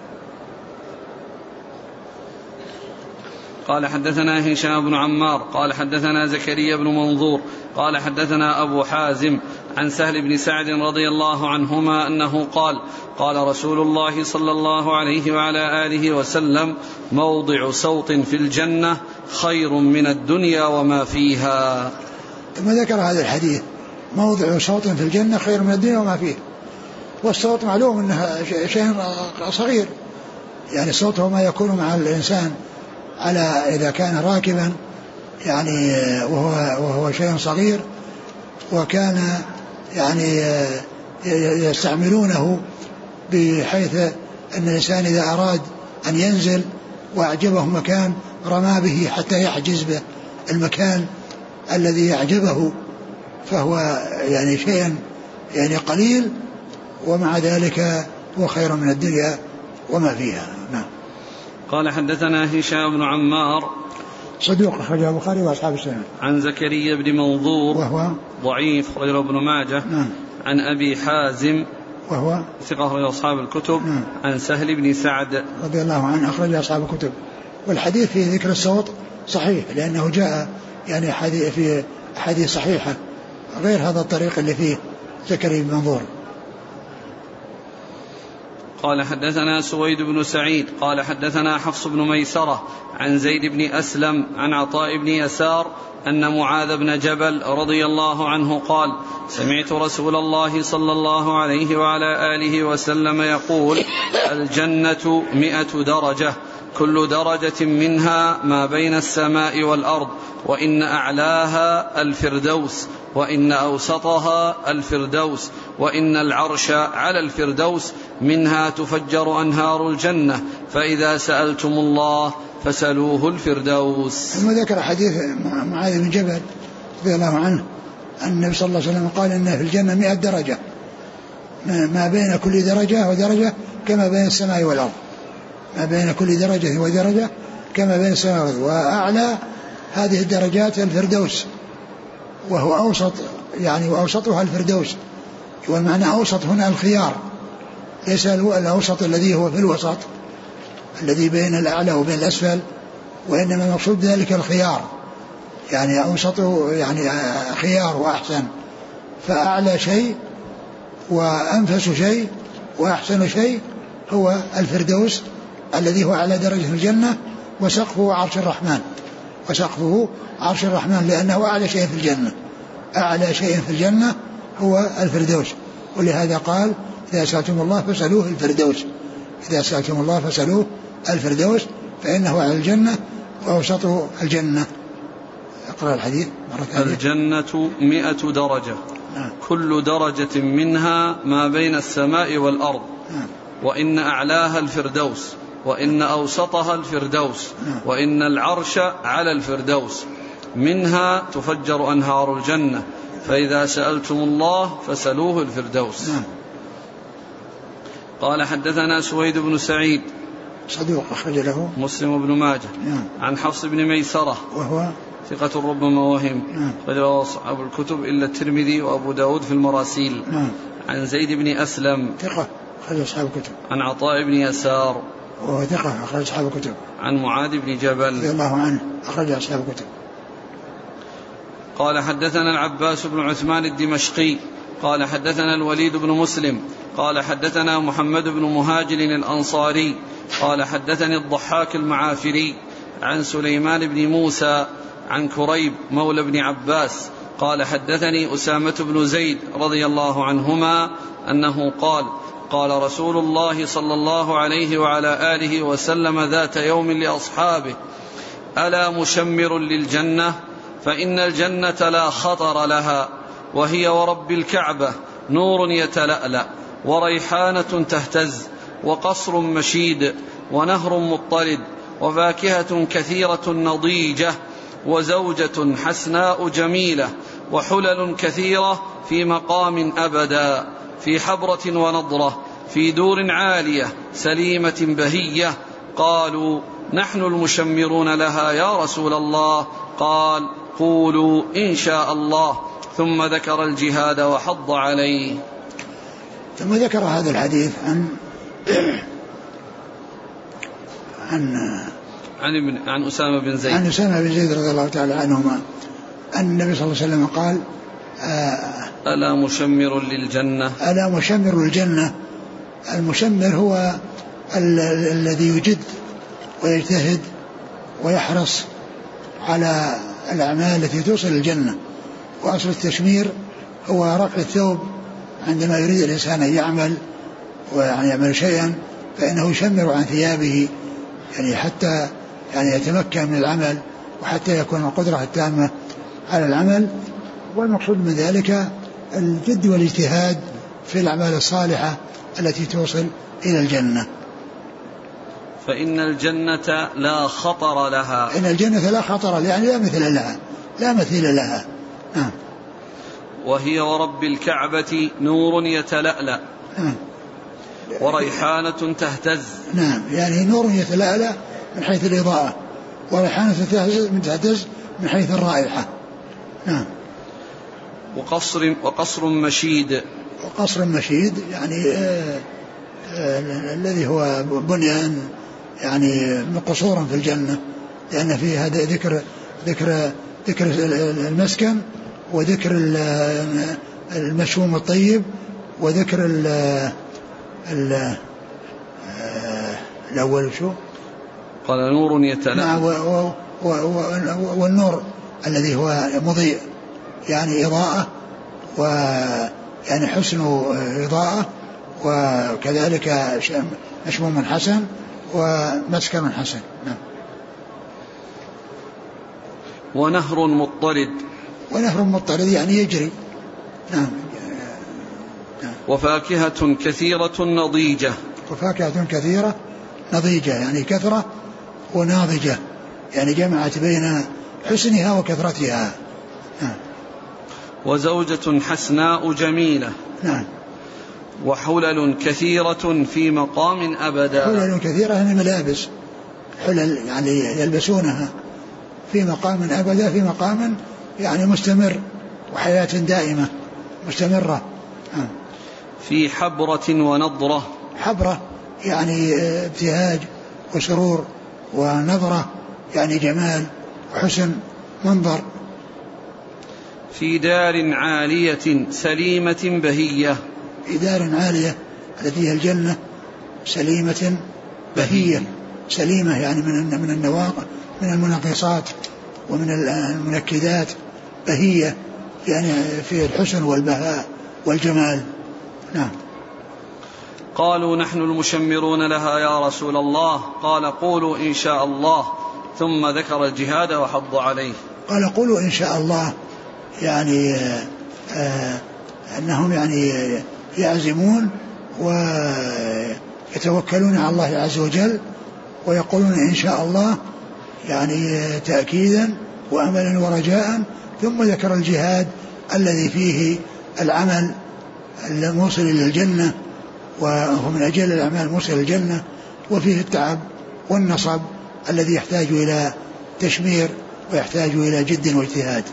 قال حدثنا هشام بن عمار قال حدثنا زكريا بن منظور قال حدثنا أبو حازم عن سهل بن سعد رضي الله عنهما أنه قال قال رسول الله صلى الله عليه وعلى آله وسلم موضع صوت في الجنة خير من الدنيا وما فيها. ثم ذكر هذا الحديث موضع صوت في الجنة خير من الدنيا وما فيها. والصوت معلوم أنه شيء صغير، يعني صوته ما يكون مع الإنسان على إذا كان راكبا يعني وهو, وهو شيء صغير، وكان يعني يستعملونه بحيث أن الإنسان إذا أراد أن ينزل وأعجبه مكان رمى به حتى يحجز به المكان الذي أعجبه، فهو يعني شيء يعني قليل، ومع ذلك هو خير من الدنيا وما فيها. نعم. قال حدثنا هشام بن عمار صدوق أخرجه البخاري وأصحاب السنن. عن زكريا بن منظور وهو ضعيف أخرجه ابن ماجه. نعم. عن أبي حازم وهو ثقة أخرج أصحاب الكتب. نعم. عن سهل بن سعد رضي الله عنه أخرج أصحاب الكتب. والحديث في ذكر الصوت صحيح، لأنه جاء يعني حديث في حديث صحيحة غير هذا الطريق اللي فيه زكريا بن منظور. قال حدثنا سويد بن سعيد قال حدثنا حفص بن ميسرة عن زيد بن أسلم عن عطاء بن يسار أن معاذ بن جبل رضي الله عنه قال سمعت رسول الله صلى الله عليه وعلى آله وسلم يقول الجنة مئة درجة كل درجة منها ما بين السماء والأرض وإن أعلاها الفردوس وإن أوسطها الفردوس وإن العرش على الفردوس منها تفجر أنهار الجنة فإذا سألتم الله فسلوه الفردوس. ثم ذكر حديث معاذ بن جبل رضي الله عنه أن النبي صلى الله عليه وسلم قال إن في الجنة مئة درجة ما بين كل درجة ودرجة كما بين السماء والأرض، ما بين كل درجة ودرجة كما بين السماء والأرض، وأعلى هذه الدرجات الفردوس وهو أوسط يعني وأوسطها الفردوس، والمعنى أوسط هنا الخيار، ليس الأوسط الذي هو في الوسط الذي بين الأعلى وبين الأسفل، وإنما المقصود ذلك الخيار، يعني أوسط يعني خيار وأحسن، فأعلى شيء وأنفس شيء وأحسن شيء هو الفردوس الذي هو على درجة الجنة، وسقفه عرش الرحمن، وسقفه عرش الرحمن لأنه أعلى شيء في الجنة، أعلى شيء في الجنة هو الفردوس. ولهذا قال إذا سألتم الله فسألوه الفردوس، إذا سألتم الله فسألوه الفردوس فإنه على الجنة وأوسطه الجنة. اقرأ الحديث مرة ثانية. الجنة مئة درجة نعم. كل درجة منها ما بين السماء والأرض نعم. وإن أعلاها الفردوس وإن أوسطها الفردوس نعم. وإن العرش على الفردوس منها تفجر أنهار الجنة فإذا سألتم الله فسألوه الفردوس. نعم. قال حدثنا سويد بن سعيد صدوق أخرج له مسلم بن ماجه. نعم. عن حفص بن ميسرة وهو ثقة ربما وهم. نعم. خرجه أصحاب الكتب إلا الترمذي وأبو داود في المراسيل. نعم. عن زيد بن أسلم ثقة أخرج أصحاب الكتب. عن عطاء بن يسار وهو ثقة أخرج أصحاب الكتب. عن معاذ بن جبل رضي الله عنه أخرج أصحاب الكتب. قال حدثنا العباس بن عثمان الدمشقي قال حدثنا الوليد بن مسلم قال حدثنا محمد بن مهاجر الأنصاري قال حدثني الضحاك المعافري عن سليمان بن موسى عن كريب مولى بن عباس قال حدثني أسامة بن زيد رضي الله عنهما أنه قال قال رسول الله صلى الله عليه وعلى آله وسلم ذات يوم لأصحابه ألا مشمر للجنة فإن الجنة لا خطر لها، وهي ورب الكعبة نور يتلألأ، وريحانة تهتز، وقصر مشيد، ونهر مضطرد، وفاكهة كثيرة نضيجة، وزوجة حسناء جميلة، وحلل كثيرة في مقام أبدا، في حبرة ونضرة، في دور عالية سليمة بهية. قالوا نحن المشمرون لها يا رسول الله. قال قولوا إن شاء الله، ثم ذكر الجهاد وحض عليه. ثم ذكر هذا الحديث عن عن عن, ابن عن أسامة بن زيد عن أسامة بن زيد رضي الله تعالى عنهما أن النبي صلى الله عليه وسلم قال آه ألا مشمر للجنة ألا مشمر للجنة. المشمر هو ال- الذي يجد ويجتهد ويحرص على الأعمال التي توصل الجنة. وأصل التشمير هو رفع الثوب عندما يريد الإنسان أن يعمل ويعني يعمل شيئا فإنه يشمر عن ثيابه، يعني حتى يعني يتمكن من العمل وحتى يكون القدرة التامة على العمل. والمقصود من ذلك الجد والاجتهاد في الأعمال الصالحة التي توصل إلى الجنة. فإن الجنة لا خطر لها، إن الجنة لا خطر لها، يعني لا مثل لها، لا مثيل لها. نعم. وهي ورب الكعبة نور يتلألأ. نعم. وريحانة تهتز. نعم، يعني نور يتلألأ من حيث الإضاءة، وريحانة تهتز من حيث الرائحة. نعم. وقصر وقصر مشيد. وقصر مشيد يعني آه آه الذي هو بنيان يعني قصورا في الجنة، لأن فيه هذا ذكر ذكر ذكر المسكن، وذكر المشوم الطيب، وذكر ال ال الأول شو قال نور يتلألأ. والنور الذي هو مضيء يعني إضاءة، ويعني حسن إضاءة، وكذلك مشموم حسن ومسكن حسن. نعم. ونهر مضطرد. ونهر مضطرد يعني يجري. نعم. نعم. وفاكهة كثيرة نضيجة. وفاكهة كثيرة نضيجة يعني كثرة وناضجة، يعني جمعت بين حسنها وكثرتها. نعم. وزوجة حسناء جميلة. نعم. وحلل كثيرة في مقام أبدا. حلل كثيرة يعني ملابس، حلل يعني يلبسونها في مقام أبدا، في مقام يعني مستمر، وحياة دائمة مستمرة. آه. في حبرة ونضرة. حبرة يعني ابتهاج وسرور، ونظرة يعني جمال وحسن منظر. في دار عالية سليمة بهية. في دار عالية التي هي الجنة، سليمة بهية. سليمة يعني من من النواقص، من المناقصات ومن المنكدات. بهية يعني في الحسن والبهاء والجمال. نعم. قالوا نحن المشمرون لها يا رسول الله. قال قولوا إن شاء الله، ثم ذكر الجهاد وحض عليه. قال قولوا إن شاء الله، يعني آه آه أنهم يعني يعزمون ويتوكلون على الله عز وجل ويقولون إن شاء الله، يعني تأكيدا وأملا ورجاء. ثم ذكر الجهاد الذي فيه العمل الموصل إلى الجنة، وهو من أجل الأعمال الموصل إلى الجنة، وفيه التعب والنصب الذي يحتاج إلى تشمير ويحتاج إلى جد واجتهاد.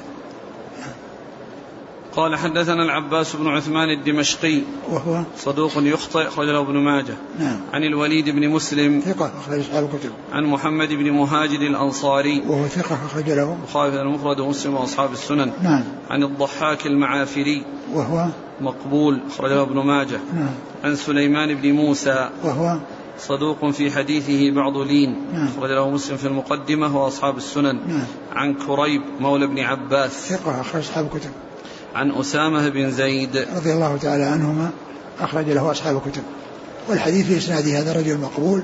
قال حدثنا العباس بن عثمان الدمشقي وهو صدوق يخطئ، أخرج له ابن ماجه. نعم. عن الوليد بن مسلم ثقة أخرج أصحاب الكتب. عن محمد بن مهاجر الأنصاري وهو ثقة أخرج له البخاري المفرد ومسلم وأصحاب السنن. نعم. عن الضحاك المعافري وهو مقبول، أخرج له ابن ماجه. نعم. عن سليمان بن موسى وهو صدوق في حديثه بعض لين، نعم. أخرج له مسلم في المقدمة وأصحاب السنن. نعم. عن كريب مولى بن عباس ثقة أخرج أصحاب الكتب. عن أسامة بن زيد رضي الله تعالى عنهما، أخرج له أصحاب الكتب. والحديث في إسناد هذا الرجل مقبول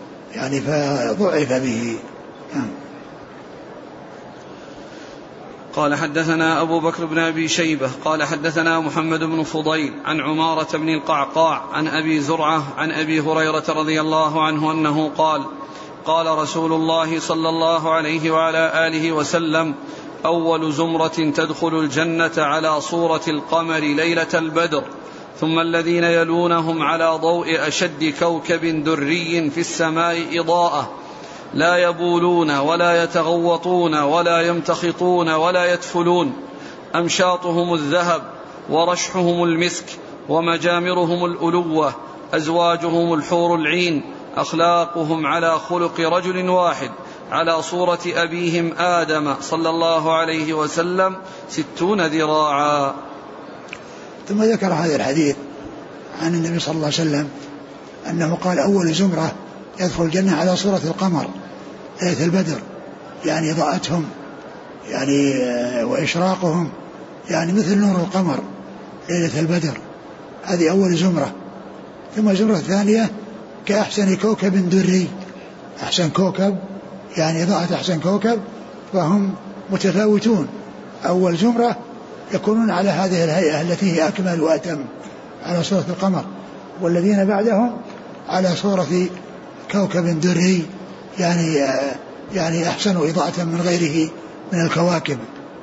يعني فضعف به. نعم. قال حدثنا أبو بكر بن أبي شيبة قال حدثنا محمد بن فضيل عن عمارة بن القعقاع عن أبي زرعة عن أبي هريرة رضي الله عنه أنه قال قال رسول الله صلى الله عليه وعلى آله وسلم أول زمرة تدخل الجنة على صورة القمر ليلة البدر ثم الذين يلونهم على ضوء أشد كوكب دري في السماء إضاءة لا يبولون ولا يتغوطون ولا يمتخطون ولا يتفلون أمشاطهم الذهب ورشحهم المسك ومجامرهم الألوة أزواجهم الحور العين أخلاقهم على خلق رجل واحد على صورة أبيهم آدم صلى الله عليه وسلم ستون ذراعا. ثم ذكر هذا الحديث عن النبي صلى الله عليه وسلم أنه قال أول زمرة يدخل الجنة على صورة القمر ليلة البدر، يعني ضاءتهم يعني وإشراقهم يعني مثل نور القمر ليلة البدر، هذه أول زمرة. ثم زمرة ثانية كأحسن كوكب دري، أحسن كوكب يعني ضاءت أحسن كوكب، فهم متفاوتون. أول زمرة يكونون على هذه الهيئة التي هي أكمل وأتم على صورة القمر، والذين بعدهم على صورة كوكب دري يعني يعني أحسن إضاءة من غيره من الكواكب.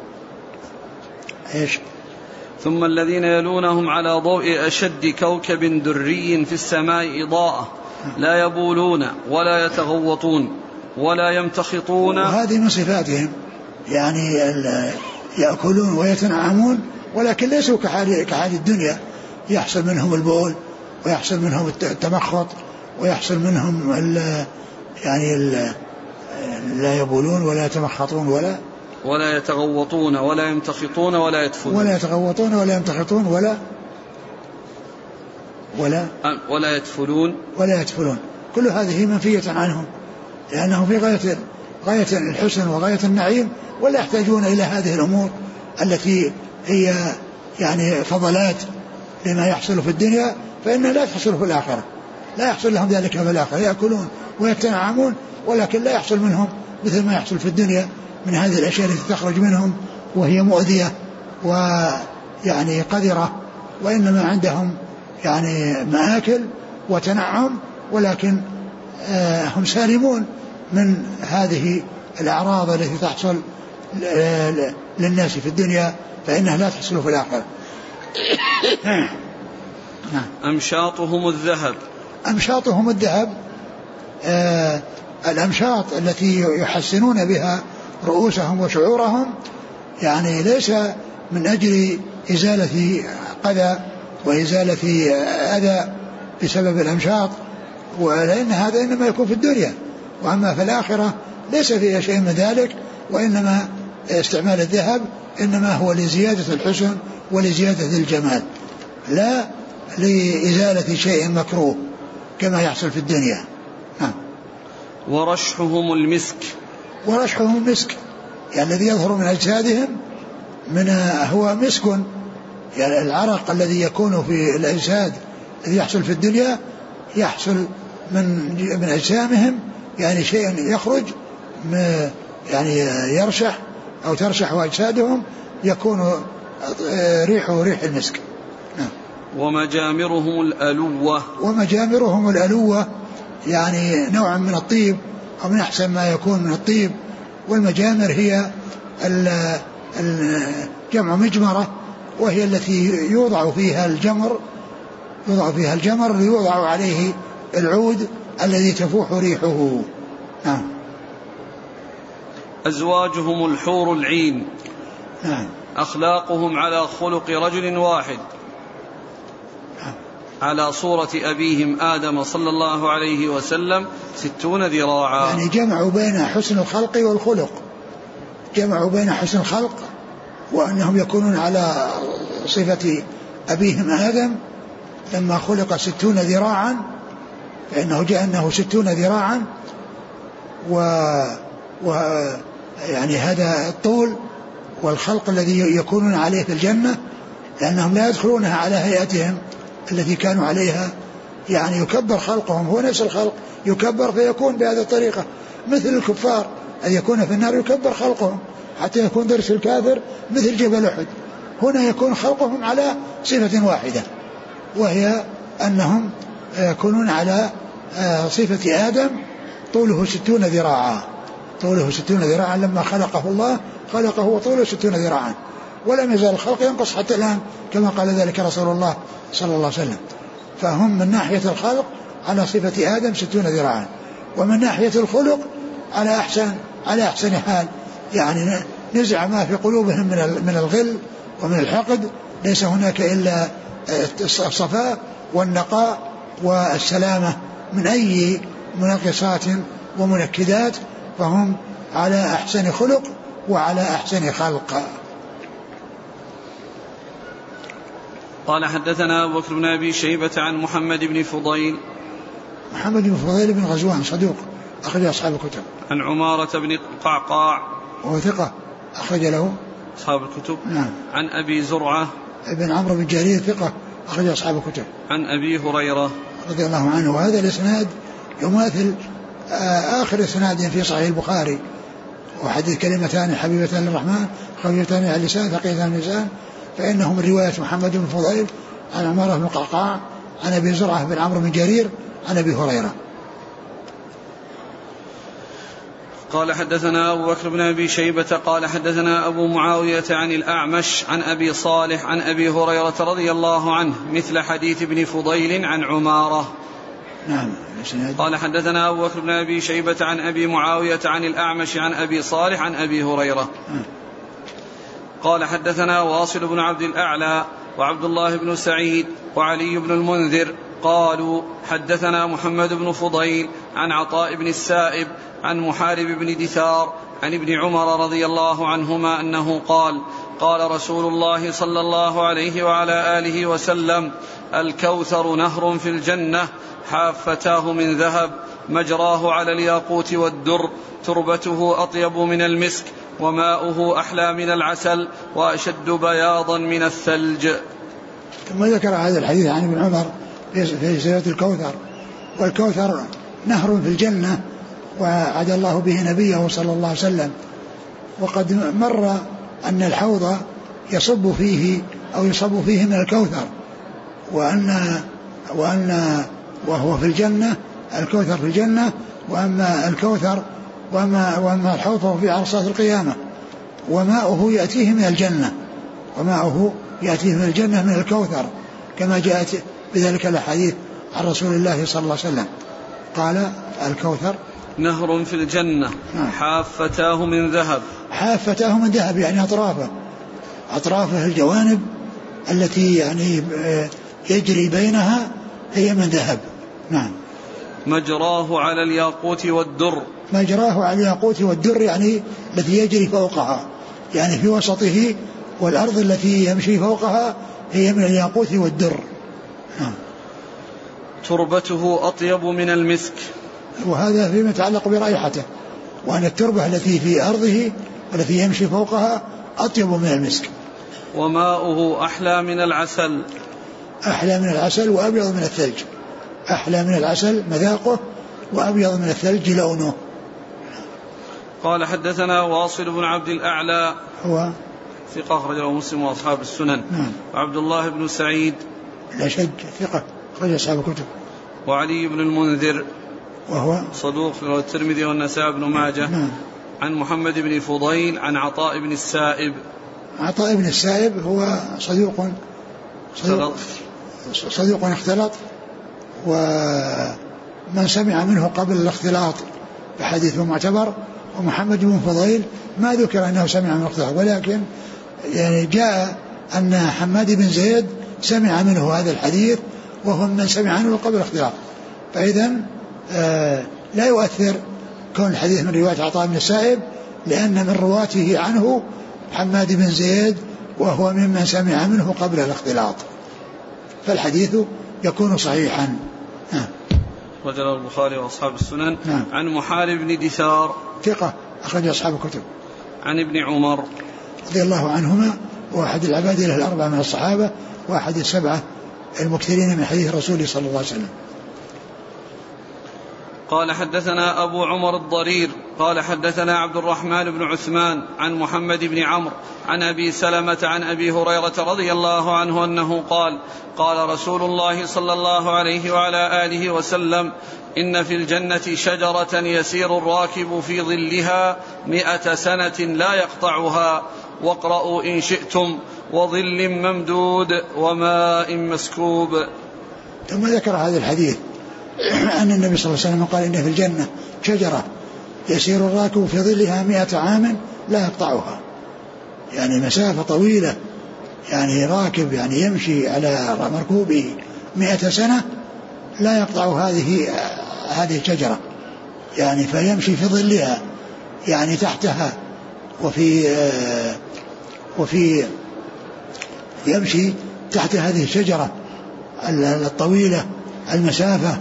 إيش؟ ثم الذين يلونهم على ضوء أشد كوكب دري في السماء إضاءة لا يبولون ولا يتغوطون ولا يمتخطون. وهذه من صفاتهم، يعني يأكلون ويتنعمون ولكن ليسوا كحال كحال الدنيا، يحصل منهم البول ويحصل منهم التمخط ويحصل منهم ال يعني ال لا يبولون ولا يتمخطون ولا ولا يتغوطون ولا يمتخطون ولا يتفلون ولا يتغوطون ولا يمتخطون ولا ولا ولا يتفلون ولا يتفلون. كل هذه منفية عنهم، لأنهم في غاية غاية الحسن وغاية النعيم، ولا يحتاجون إلى هذه الأمور التي هي يعني فضلات لما يحصل في الدنيا، فإنها لا تحصل في الآخرة، لا يحصل لهم ذلك في الآخرة، يأكلون ويتنعمون ولكن لا يحصل منهم مثل ما يحصل في الدنيا من هذه الأشياء التي تخرج منهم وهي مؤذية ويعني قذرة، وإنما عندهم يعني مآكل وتنعم، ولكن آه هم سالمون من هذه الأعراض التي تحصل للناس في الدنيا، فإنها لا تحصل في الآخرة. أمشاطهم الذهب أمشاطهم الذهب آه الأمشاط التي يحسنون بها رؤوسهم وشعورهم، يعني ليس من أجل إزالة قذى وإزالة أذى بسبب الأمشاط، ولأن هذا إنما يكون في الدنيا، وأما في الآخرة ليس فيها شيء من ذلك، وإنما استعمال الذهب إنما هو لزيادة الحسن ولزيادة الجمال، لا لإزالة شيء مكروه كما يحصل في الدنيا. ها. ورشحهم المسك ورشحهم المسك يعني الذي يظهر من أجسادهم من هو مسك، يعني العرق الذي يكون في الأجساد الذي يحصل في الدنيا يحصل من من أجسامهم، يعني شيء يخرج يعني يرشح أو ترشح أجسادهم يكون ريحه ريح المسك. ومجامرهم الألوة ومجامرهم الألوة يعني نوع من الطيب أو من أحسن ما يكون من الطيب. والمجامر هي الجمع مجمرة، وهي التي يوضع فيها الجمر يوضع فيها الجمر ليوضع عليه العود الذي تفوح ريحه. نعم. أزواجهم الحور العين. نعم. أخلاقهم على خلق رجل واحد على صورة أبيهم آدم صلى الله عليه وسلم ستون ذراعا. يعني جمعوا بين حسن الخلق والخلق، جمعوا بين حسن الخلق وأنهم يكونون على صفة أبيهم آدم لما خلق ستون ذراعا، فإنه جاء أنه ستون ذراعا، و, و يعني هذا الطول والخلق الذي يكونون عليه في الجنة، لأنهم لا يدخلونها على هيئتهم التي كانوا عليها، يعني يكبر خلقهم، هو نفس الخلق يكبر فيكون بهذه الطريقة مثل الكفار أن يكون في النار يكبر خلقهم، حتى يكون درس الكافر مثل جبل أحد. هنا يكون خلقهم على صفة واحدة، وهي أنهم يكونون على صفة آدم طوله ستون ذراعا، طوله ستون ذراعا لما خلقه الله خلقه وطوله ستون ذراعا، ولم يزال الخلق ينقص حتى الآن كما قال ذلك رسول الله صلى الله عليه وسلم. فهم من ناحية الخلق على صفة آدم ستون ذراعا، ومن ناحية الخلق على أحسن على أحسن حال، يعني نزع ما في قلوبهم من من الغل ومن الحقد، ليس هناك إلا الصفاء والنقاء والسلامة من أي منقصات ومنكدات، فهم على أحسن خلق وعلى أحسن خلق. قال حدثنا أبو بكر بن أبي شيبة عن محمد بن فضيل محمد بن فضيل بن غزوان صدوق أخرج أصحاب الكتب. عن عمارة بن قعقاع وهو ثقة أخرج له أصحاب الكتب. نعم. عن أبي زرعة ابن عمرو بن جرير ثقة أخرج أصحاب الكتب. عن أبي هريرة رضي الله عنه. وهذا الإسناد يماثل آخر إسناد في صحيح البخاري، وحديث كلمتان حبيبتان للرحمن خفيفتان على اللسان ثقيلتان اللسان، فإنه من رواية محمد بن فضيل عن عمارة بن قعقاع عن أبي زرعة بن عمرو بن جرير عن أبي هريرة. قال حدثنا أبو بكر بن أبي شيبة قال حدثنا أبو معاوية عن الأعمش عن أبي صالح عن أبي هريرة رضي الله عنه مثل حديث ابن فضيل عن عمارة. نعم. قال حدثنا أبو بكر بن أبي شيبة عن أبي معاوية عن الأعمش عن أبي صالح عن أبي هريرة. قال حدثنا واصل بن عبد الأعلى وعبد الله بن سعيد وعلي بن المنذر قالوا حدثنا محمد بن فضيل عن عطاء بن السائب عن محارب بن دثار عن ابن عمر رضي الله عنهما أنه قال قال رسول الله صلى الله عليه وعلى آله وسلم الكوثر نهر في الجنة حافتاه من ذهب مجراه على الياقوت والدر تربته أطيب من المسك وماؤه أحلى من العسل وأشد بياضا من الثلج. ثم ذكر هذا الحديث عن ابن عمر في سيرة الكوثر. والكوثر نهر في الجنة وعد الله به نبيه صلى الله عليه وسلم، وقد مر أن الحوض يصب فيه أو يصب فيه من الكوثر، وأن وأن وهو في الجنة الكوثر في الجنة، وأما الكوثر وأما, وأما الحوض فهو في عرصات القيامة، وماؤه يأتيه من الجنة وماؤه يأتيه من الجنة من الكوثر كما جاءت بذلك الحديث عن رسول الله صلى الله عليه وسلم. قال الكوثر نهر في الجنة حافتاه من ذهب. حافتاه من ذهب يعني أطرافه أطرافه الجوانب التي يعني يجري بينها هي من ذهب. نعم. مجراه على الياقوت والدر. مجراه على الياقوت والدر يعني التي يجري فوقها، يعني في وسطه، والأرض التي يمشي فوقها هي من الياقوت والدر. نعم. تربته أطيب من المسك. وهذا فيما يتعلق برائحته، وأن التربة التي في أرضه والتي يمشي فوقها أطيب من المسك. وماؤه أحلى من العسل. أحلى من العسل وأبيض من الثلج. أحلى من العسل مذاقه وأبيض من الثلج لونه. قال حدثنا واصل بن عبد الأعلى هو ثقة أخرجه مسلم وأصحاب السنن. نعم. وعبد الله بن سعيد الأشج ثقة أخرج أصحاب الكتب. وعلي بن المنذر وهو صدوق له الترمذي والنسائي بن ماجه. نعم. عن محمد بن فضيل عن عطاء بن السائب. عطاء بن السائب هو صدوق صدوق, صدوق اختلط، ومن سمع منه قبل الاختلاط بحديثه معتبر. ومحمد بن فضيل ما ذكر أنه سمع من الاختلاط، ولكن يعني جاء أن حماد بن زيد سمع منه هذا الحديث وهو من سمع عنه قبل الاختلاط، فإذا آه لا يؤثر كون الحديث من رواية عطاء بن السائب، لأن من رواته عنه حماد بن زيد وهو ممن سمع منه قبل الاختلاط، فالحديث يكون صحيحا. رجل البخاري وأصحاب السنن. نعم. عن محارب بن دثار ثقة أخرج أصحاب الكتب. عن ابن عمر رضي الله عنهما، وأحد العباد له الأربعة من الصحابة، وأحد السبعة المكثرين من حديث رسوله صلى الله عليه وسلم. قال حدثنا أبو عمر الضرير قال حدثنا عبد الرحمن بن عثمان عن محمد بن عمرو عن أبي سلمة عن أبي هريرة رضي الله عنه أنه قال قال رسول الله صلى الله عليه وعلى آله وسلم إن في الجنة شجرة يسير الراكب في ظلها مئة سنة لا يقطعها واقرأوا إن شئتم وظل ممدود وماء مسكوب. ثم ذكر هذا الحديث أن النبي صلى الله عليه وسلم قال إن في الجنة شجرة يسير الراكب في ظلها مئة عام لا يقطعها، يعني مسافة طويلة، يعني راكب يعني يمشي على مركوبه مئة سنة لا يقطع هذه هذه الشجرة، يعني فيمشي في ظلها يعني تحتها وفي وفي يمشي تحت هذه الشجرة الطويلة المسافة،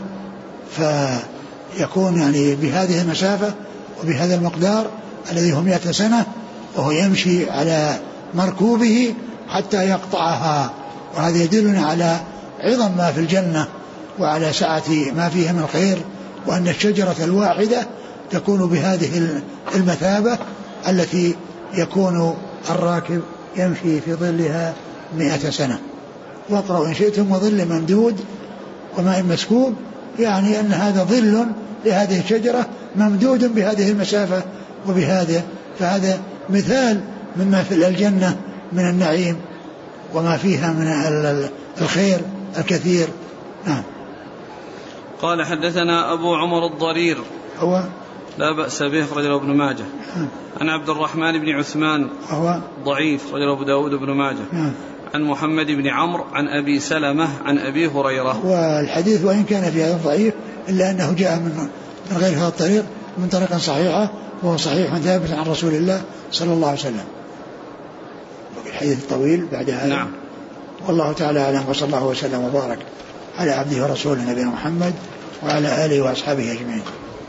فيكون يعني بهذه المسافة وبهذا المقدار الذي هو مئة سنة وهو يمشي على مركوبه حتى يقطعها. وهذا يدلنا على عظم ما في الجنة وعلى سعة ما فيها من الخير، وأن الشجرة الواحدة تكون بهذه المثابة التي يكون الراكب يمشي في ظلها مئة سنة. واقرأوا إن شئتم وظل ممدود وماء مسكوب، يعني أن هذا ظل لهذه الشجرة ممدود بهذه المسافة وبهذا، فهذا مثال مما في الجنة من النعيم وما فيها من الخير الكثير. نعم. قال حدثنا أبو عمر الضرير هو لا بأس به رجل ابن ماجه. نعم. عن عبد الرحمن بن عثمان هو ضعيف رجل أبو داود بن ماجه. نعم. عن محمد بن عمرو عن أبي سلمة عن أبي هريرة. والحديث وإن كان في هذا ضعيف إلا أنه جاء من من غير هذا الطريق من طريق صحيحة وهو صحيح ثابت عن رسول الله صلى الله عليه وسلم. الحديث الطويل بعد هذا. نعم. والله تعالى أعلم، وصلى الله وسلم وبارك على عبده ورسوله نبينا محمد وعلى آله وأصحابه أجمعين.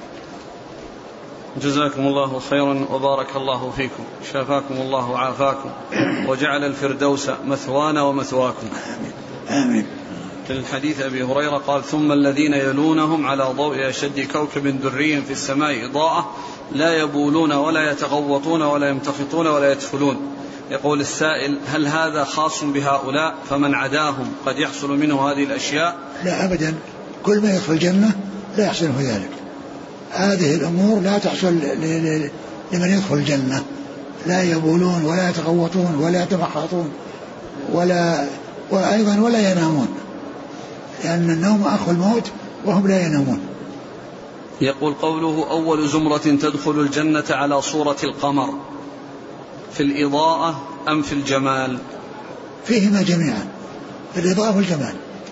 جزاكم الله خيرا وبارك الله فيكم، شافاكم الله وعافاكم وجعل الفردوس مثوانا ومثواكم. آمين. آمين. في الحديث أبي هريرة قال ثم الذين يلونهم على ضوء أشد كوكب دري في السماء إضاءة لا يبولون ولا يتغوطون ولا يمتخطون ولا يتفلون. يقول السائل هل هذا خاص بهؤلاء فمن عداهم قد يحصل منه هذه الأشياء؟ لا أبدا، كل ما يدخل الجنة لا يحصل ذلك. هذه الأمور لا تحصل لمن يدخل الجنة، لا يبولون ولا يتغوطون ولا يتمخطون ولا وأيضا ولا ينامون، لأن النوم أخو الموت وهم لا ينامون. يقول قوله أول زمرة تدخل الجنة على صورة القمر، في الإضاءة أم في الجمال؟ فيهما جميعا، في الإضاءة والجمال.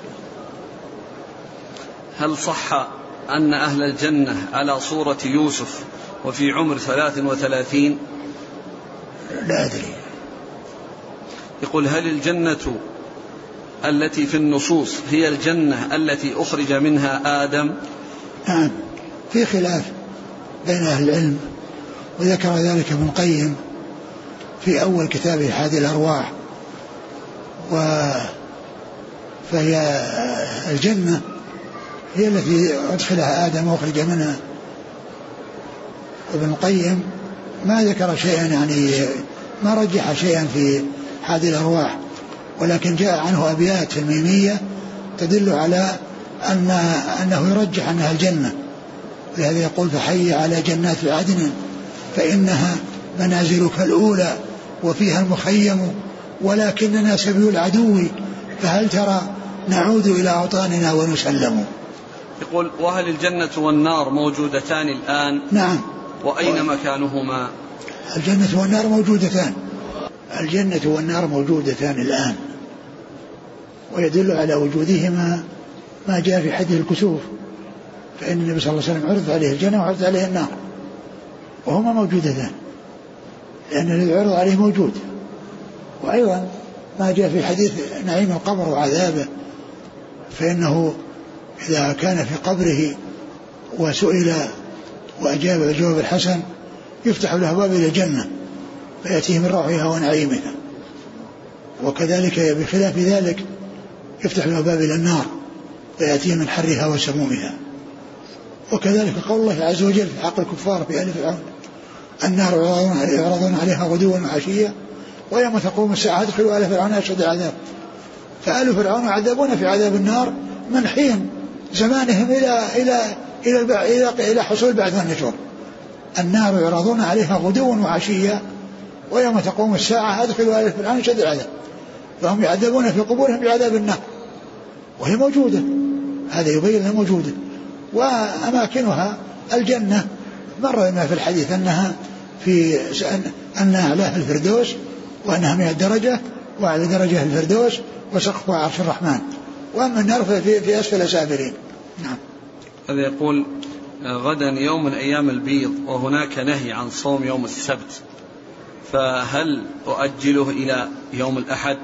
هل صح أن أهل الجنة على صورة يوسف وفي عمر ثلاث وثلاثين؟ لا أدري. يقول هل الجنة التي في النصوص هي الجنة التي أخرج منها آدم؟ نعم، في خلاف بين أهل العلم، وذكر ذلك ابن القيم في أول كتابه هذه الأرواح. و فهي الجنة هي التي أدخلها آدم وأخرج منها. ابن القيم ما ذكر شيئا، يعني ما رجح شيئا في هذه الأرواح، ولكن جاء عنه أبيات في الميمية تدل على أن أنه يرجح أنها الجنة، لهذا يقول فحي على جنات عدن فإنها منازلك الأولى وفيها المخيم ولكننا سبيل العدو فهل ترى نعود إلى أوطاننا ونسلم. يقول وهل الجنة والنار موجودتان الآن؟ نعم. وأين مكانهما؟ الجنة والنار موجودتان، الجنة والنار موجودتان الآن، ويدل على وجودهما ما جاء في حديث الكسوف، فإن النبي صلى الله عليه وسلم عرض عليه الجنة وعرض عليه النار وهما موجودتان، لأن الذي عرض عليه موجود. وأيضا ما جاء في حديث نعيم القبر وعذابه، فإنه إذا كان في قبره وسئل وأجاب الجواب الحسن يفتح له باب إلى الجنة فيأتيه من روحها ونعيمها، وكذلك بخلاف ذلك يفتح له باب إلى النار فيأتيه من حرها وسمومها. وكذلك قول الله عز وجل في حق الكفار في آل فرعون النار يعرضون عليها غدوا وعشيا ويوم تقوم الساعة ادخلوا آل فرعون أشد العذاب. فآل فرعون يعذبون في عذاب النار من حين زمانهم إلى إلى إلى إلى, إلى حصول بعث النشور. النار يعرضون عليها غدوا وعشيا ويوم تقوم الساعة ادخلوا آل فرعون أشد العذاب. فهم يعذبون في قبورهم بعذاب النار وهي موجودة، هذا يبين أنها موجودة. وأماكنها الجنة مر ما في الحديث أنها في أنها أعلاها الفردوس وأنها مئة درجة وعلى درجة الفردوس وسقفها عرش الرحمن، وأما النار في, في أسفل سافلين. نعم. هذا يقول غدا يوم من أيام البيض وهناك نهي عن صوم يوم السبت، فهل أؤجله إلى يوم الأحد؟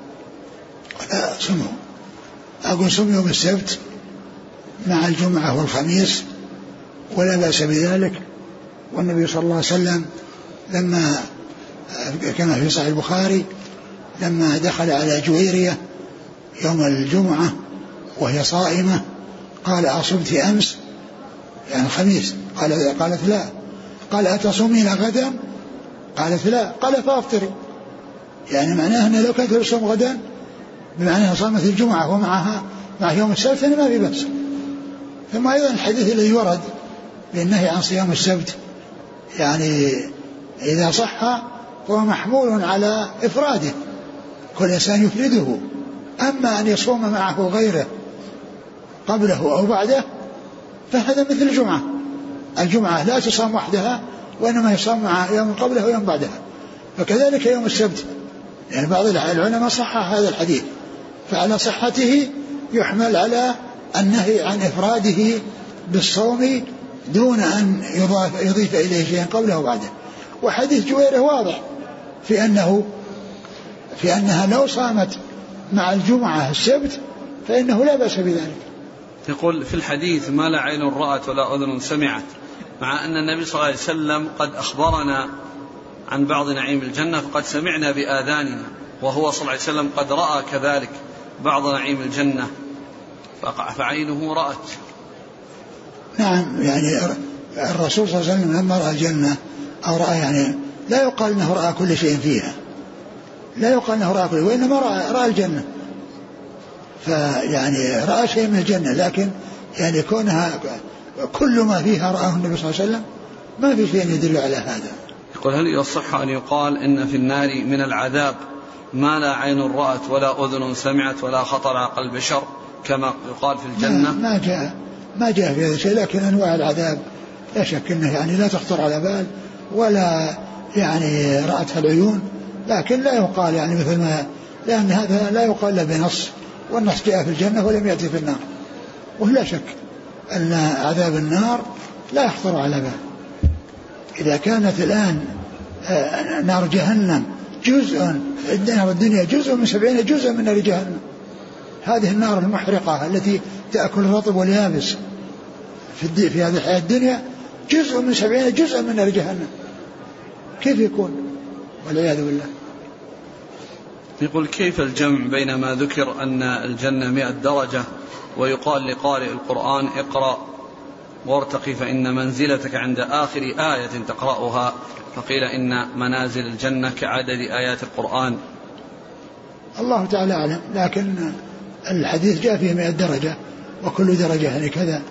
لا صمه، أقول صم يوم السبت مع الجمعة والخميس ولا بأس بذلك. والنبي صلى الله عليه وسلم لما كما في صحيح البخاري لما دخل على جويرية يوم الجمعة وهي صائمة قال أصبت أمس يعني الخميس؟ قال قالت لا. قال أتصومين غدا؟ قالت لا. قال فأفطري، يعني معناه أنه لو كانت تصوم غدا بمعنى صامت الجمعة ومعها مع يوم السبت ما في بأس. ثم أيضا الحديث الذي ورد بالنهي عن صيام السبت يعني إذا صح فهو محمول على إفراده، كل إنسان يفرده. أما أن يصوم معه غيره قبله أو بعده فهذا مثل الجمعة. الجمعة لا تصام وحدها وإنما يصام مع يوم قبله ويوم بعدها، فكذلك يوم السبت. يعني بعض العلماء صحح هذا الحديث، فعلى صحته يحمل على النهي عن إفراده بالصوم دون أن يضيف إليه شيئا قبله وبعده. وحديث جويرة واضح في أنه في أنها لو صامت مع الجمعة السبت فإنه لا بأس بذلك. يقول في الحديث ما لا عين رأت ولا أذن سمعت، مع أن النبي صلى الله عليه وسلم قد أخبرنا عن بعض نعيم الجنة فقد سمعنا بآذاننا، وهو صلى الله عليه وسلم قد رأى كذلك بعض نعيم الجنة فعينه رأت. نعم، يعني الرسول صلى الله عليه وسلم لما رأى الجنة أو رأى يعني لا يقال أنه رأى كل شيء فيها، لا يقال أنه رأى كل شيء، وإنما رأى, رأى الجنة. فيعني رأى شيء من الجنة، لكن يعني كونها كل ما فيها رآه النبي صلى الله عليه وسلم ما في شيء يدل على هذا. يقول هل يصح أن يقال إن في النار من العذاب ما لا عين رأت ولا أذن سمعت ولا خطر على قلب بشر كما يقال في الجنة؟ ما جاء ما جاء في هذا الشيء، لكن أنواع العذاب لا شك أنه يعني لا تخطر على بال ولا يعني رأتها العيون، لكن لا يقال يعني مثل ما، لأن هذا لا يقال له بنص، والنص جاء في الجنة ولم يأتي في النار. ولا شك أن عذاب النار لا يخطر على بال. إذا كانت الآن نار جهنم جزء، نار الدنيا جزء من سبعين جزء من نار جهنم، هذه النار المحرقة التي تأكل الرطب واليابس في, في هذه الحياة الدنيا جزء من سبعين جزء من نار جهنم، كيف يكون؟ والعياذ بالله. يقول كيف الجمع بين ما ذكر أن الجنة مئة درجة ويقال لقارئ القرآن اقرأ وارتقي فإن منزلتك عند آخر آية تقرأها، فقيل إن منازل الجنة كعدد آيات القرآن؟ الله تعالى أعلم، لكن الحديث جاء فيه مئة درجة وكل درجة يعني كذا،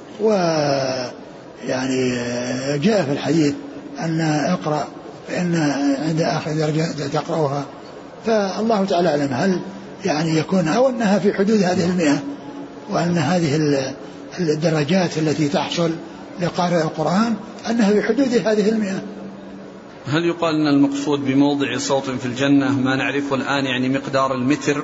ويعني جاء في الحديث أن اقرأ فإن عند آخر درجة تقرأها، فالله تعالى أعلم هل يعني يكون أو أنها في حدود هذه المئة، وأن هذه الدرجات التي تحصل لقارئ القرآن أنها في حدود هذه المئة. هل يقال أن المقصود بموضع صوت في الجنة ما نعرفه الآن يعني مقدار المتر؟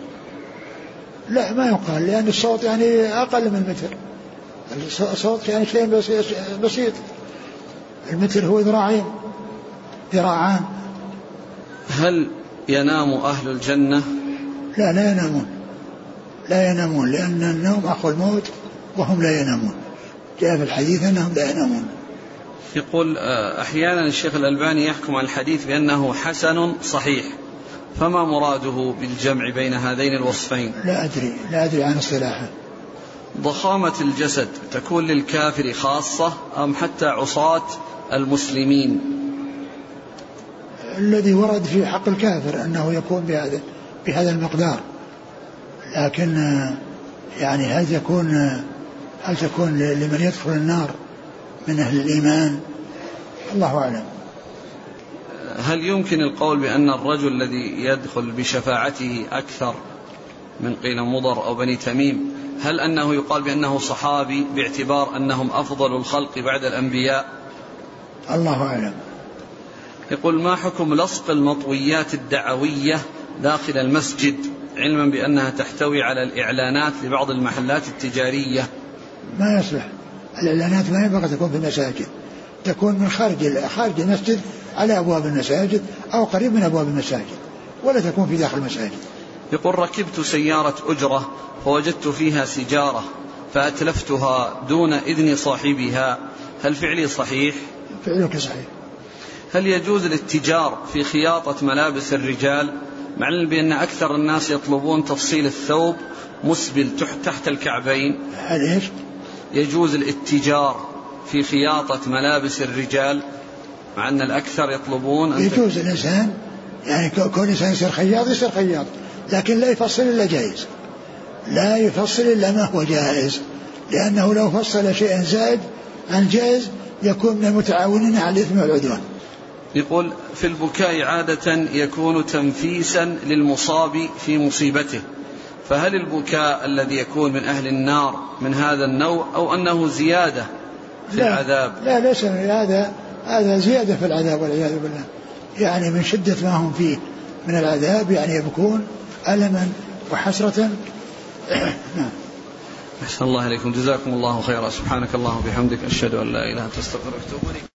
لا ما يقال، لأن الصوت يعني أقل من المتر، الصوت يعني شيء بسيط، المتر هو ذراعين ذراعان. هل ينام أهل الجنة؟ لا لا ينامون، لا ينامون، لأن النوم أخو الموت وهم لا ينامون، جاء في الحديث أنهم لا ينامون. يقول أحيانا الشيخ الألباني يحكم على الحديث بأنه حسن صحيح، فما مراده بالجمع بين هذين الوصفين؟ لا أدري لا أدري عن اصطلاحه. ضخامة الجسد تكون للكافر خاصة أم حتى عصاة المسلمين؟ الذي ورد في حق الكافر أنه يكون بهذا بهذا المقدار، لكن يعني هل تكون هل تكون لمن يدخل النار من أهل الإيمان؟ الله أعلم. هل يمكن القول بأن الرجل الذي يدخل بشفاعته أكثر من قيل مضر أو بني تميم، هل أنه يقال بأنه صحابي باعتبار أنهم أفضل الخلق بعد الأنبياء؟ الله أعلم. يقول: ما حكم لصق المطويات الدعوية داخل المسجد علما بأنها تحتوي على الإعلانات لبعض المحلات التجارية؟ ما يصلح، الإعلانات ما ينبغي تكون في المساجد، تكون من خارج خارج المسجد على أبواب المساجد أو قريب من أبواب المساجد، ولا تكون في داخل المساجد. يقول: ركبت سيارة أجرة فوجدت فيها سيجارة فأتلفتها دون إذن صاحبها، هل فعلي صحيح؟ فعلك صحيح. هل يجوز الاتجار في خياطة ملابس الرجال، مع بأن أكثر الناس يطلبون تفصيل الثوب مسبل تحت الكعبين؟ هل إيش؟ يجوز الاتجار في خياطة ملابس الرجال مع أن الأكثر يطلبون أن يجوز الإنسان يعني كون إنسان يصير خياط يصير خياط، لكن لا يفصل إلا جائز، لا يفصل إلا ما هو جائز، لأنه لو فصل شيئا زائد عن جائز يكون من المتعاونين على الإثم والعدوان. يقول: في البكاء عادة يكون تنفيسا للمصاب في مصيبته، فهل البكاء الذي يكون من أهل النار من هذا النوع أو أنه زيادة في لا العذاب؟ لا ليس هذا، هذا زيادة في العذاب والعياذ بالله، يعني من شدة ما هم فيه من العذاب يعني يبكون ألما وحسرة. نعم. أحسن الله إليكم، جزاكم الله خيرا، سبحانك اللهم وبحمدك، أشهد أن لا إله إلا أنت، أستغفرك وأتوب إليك.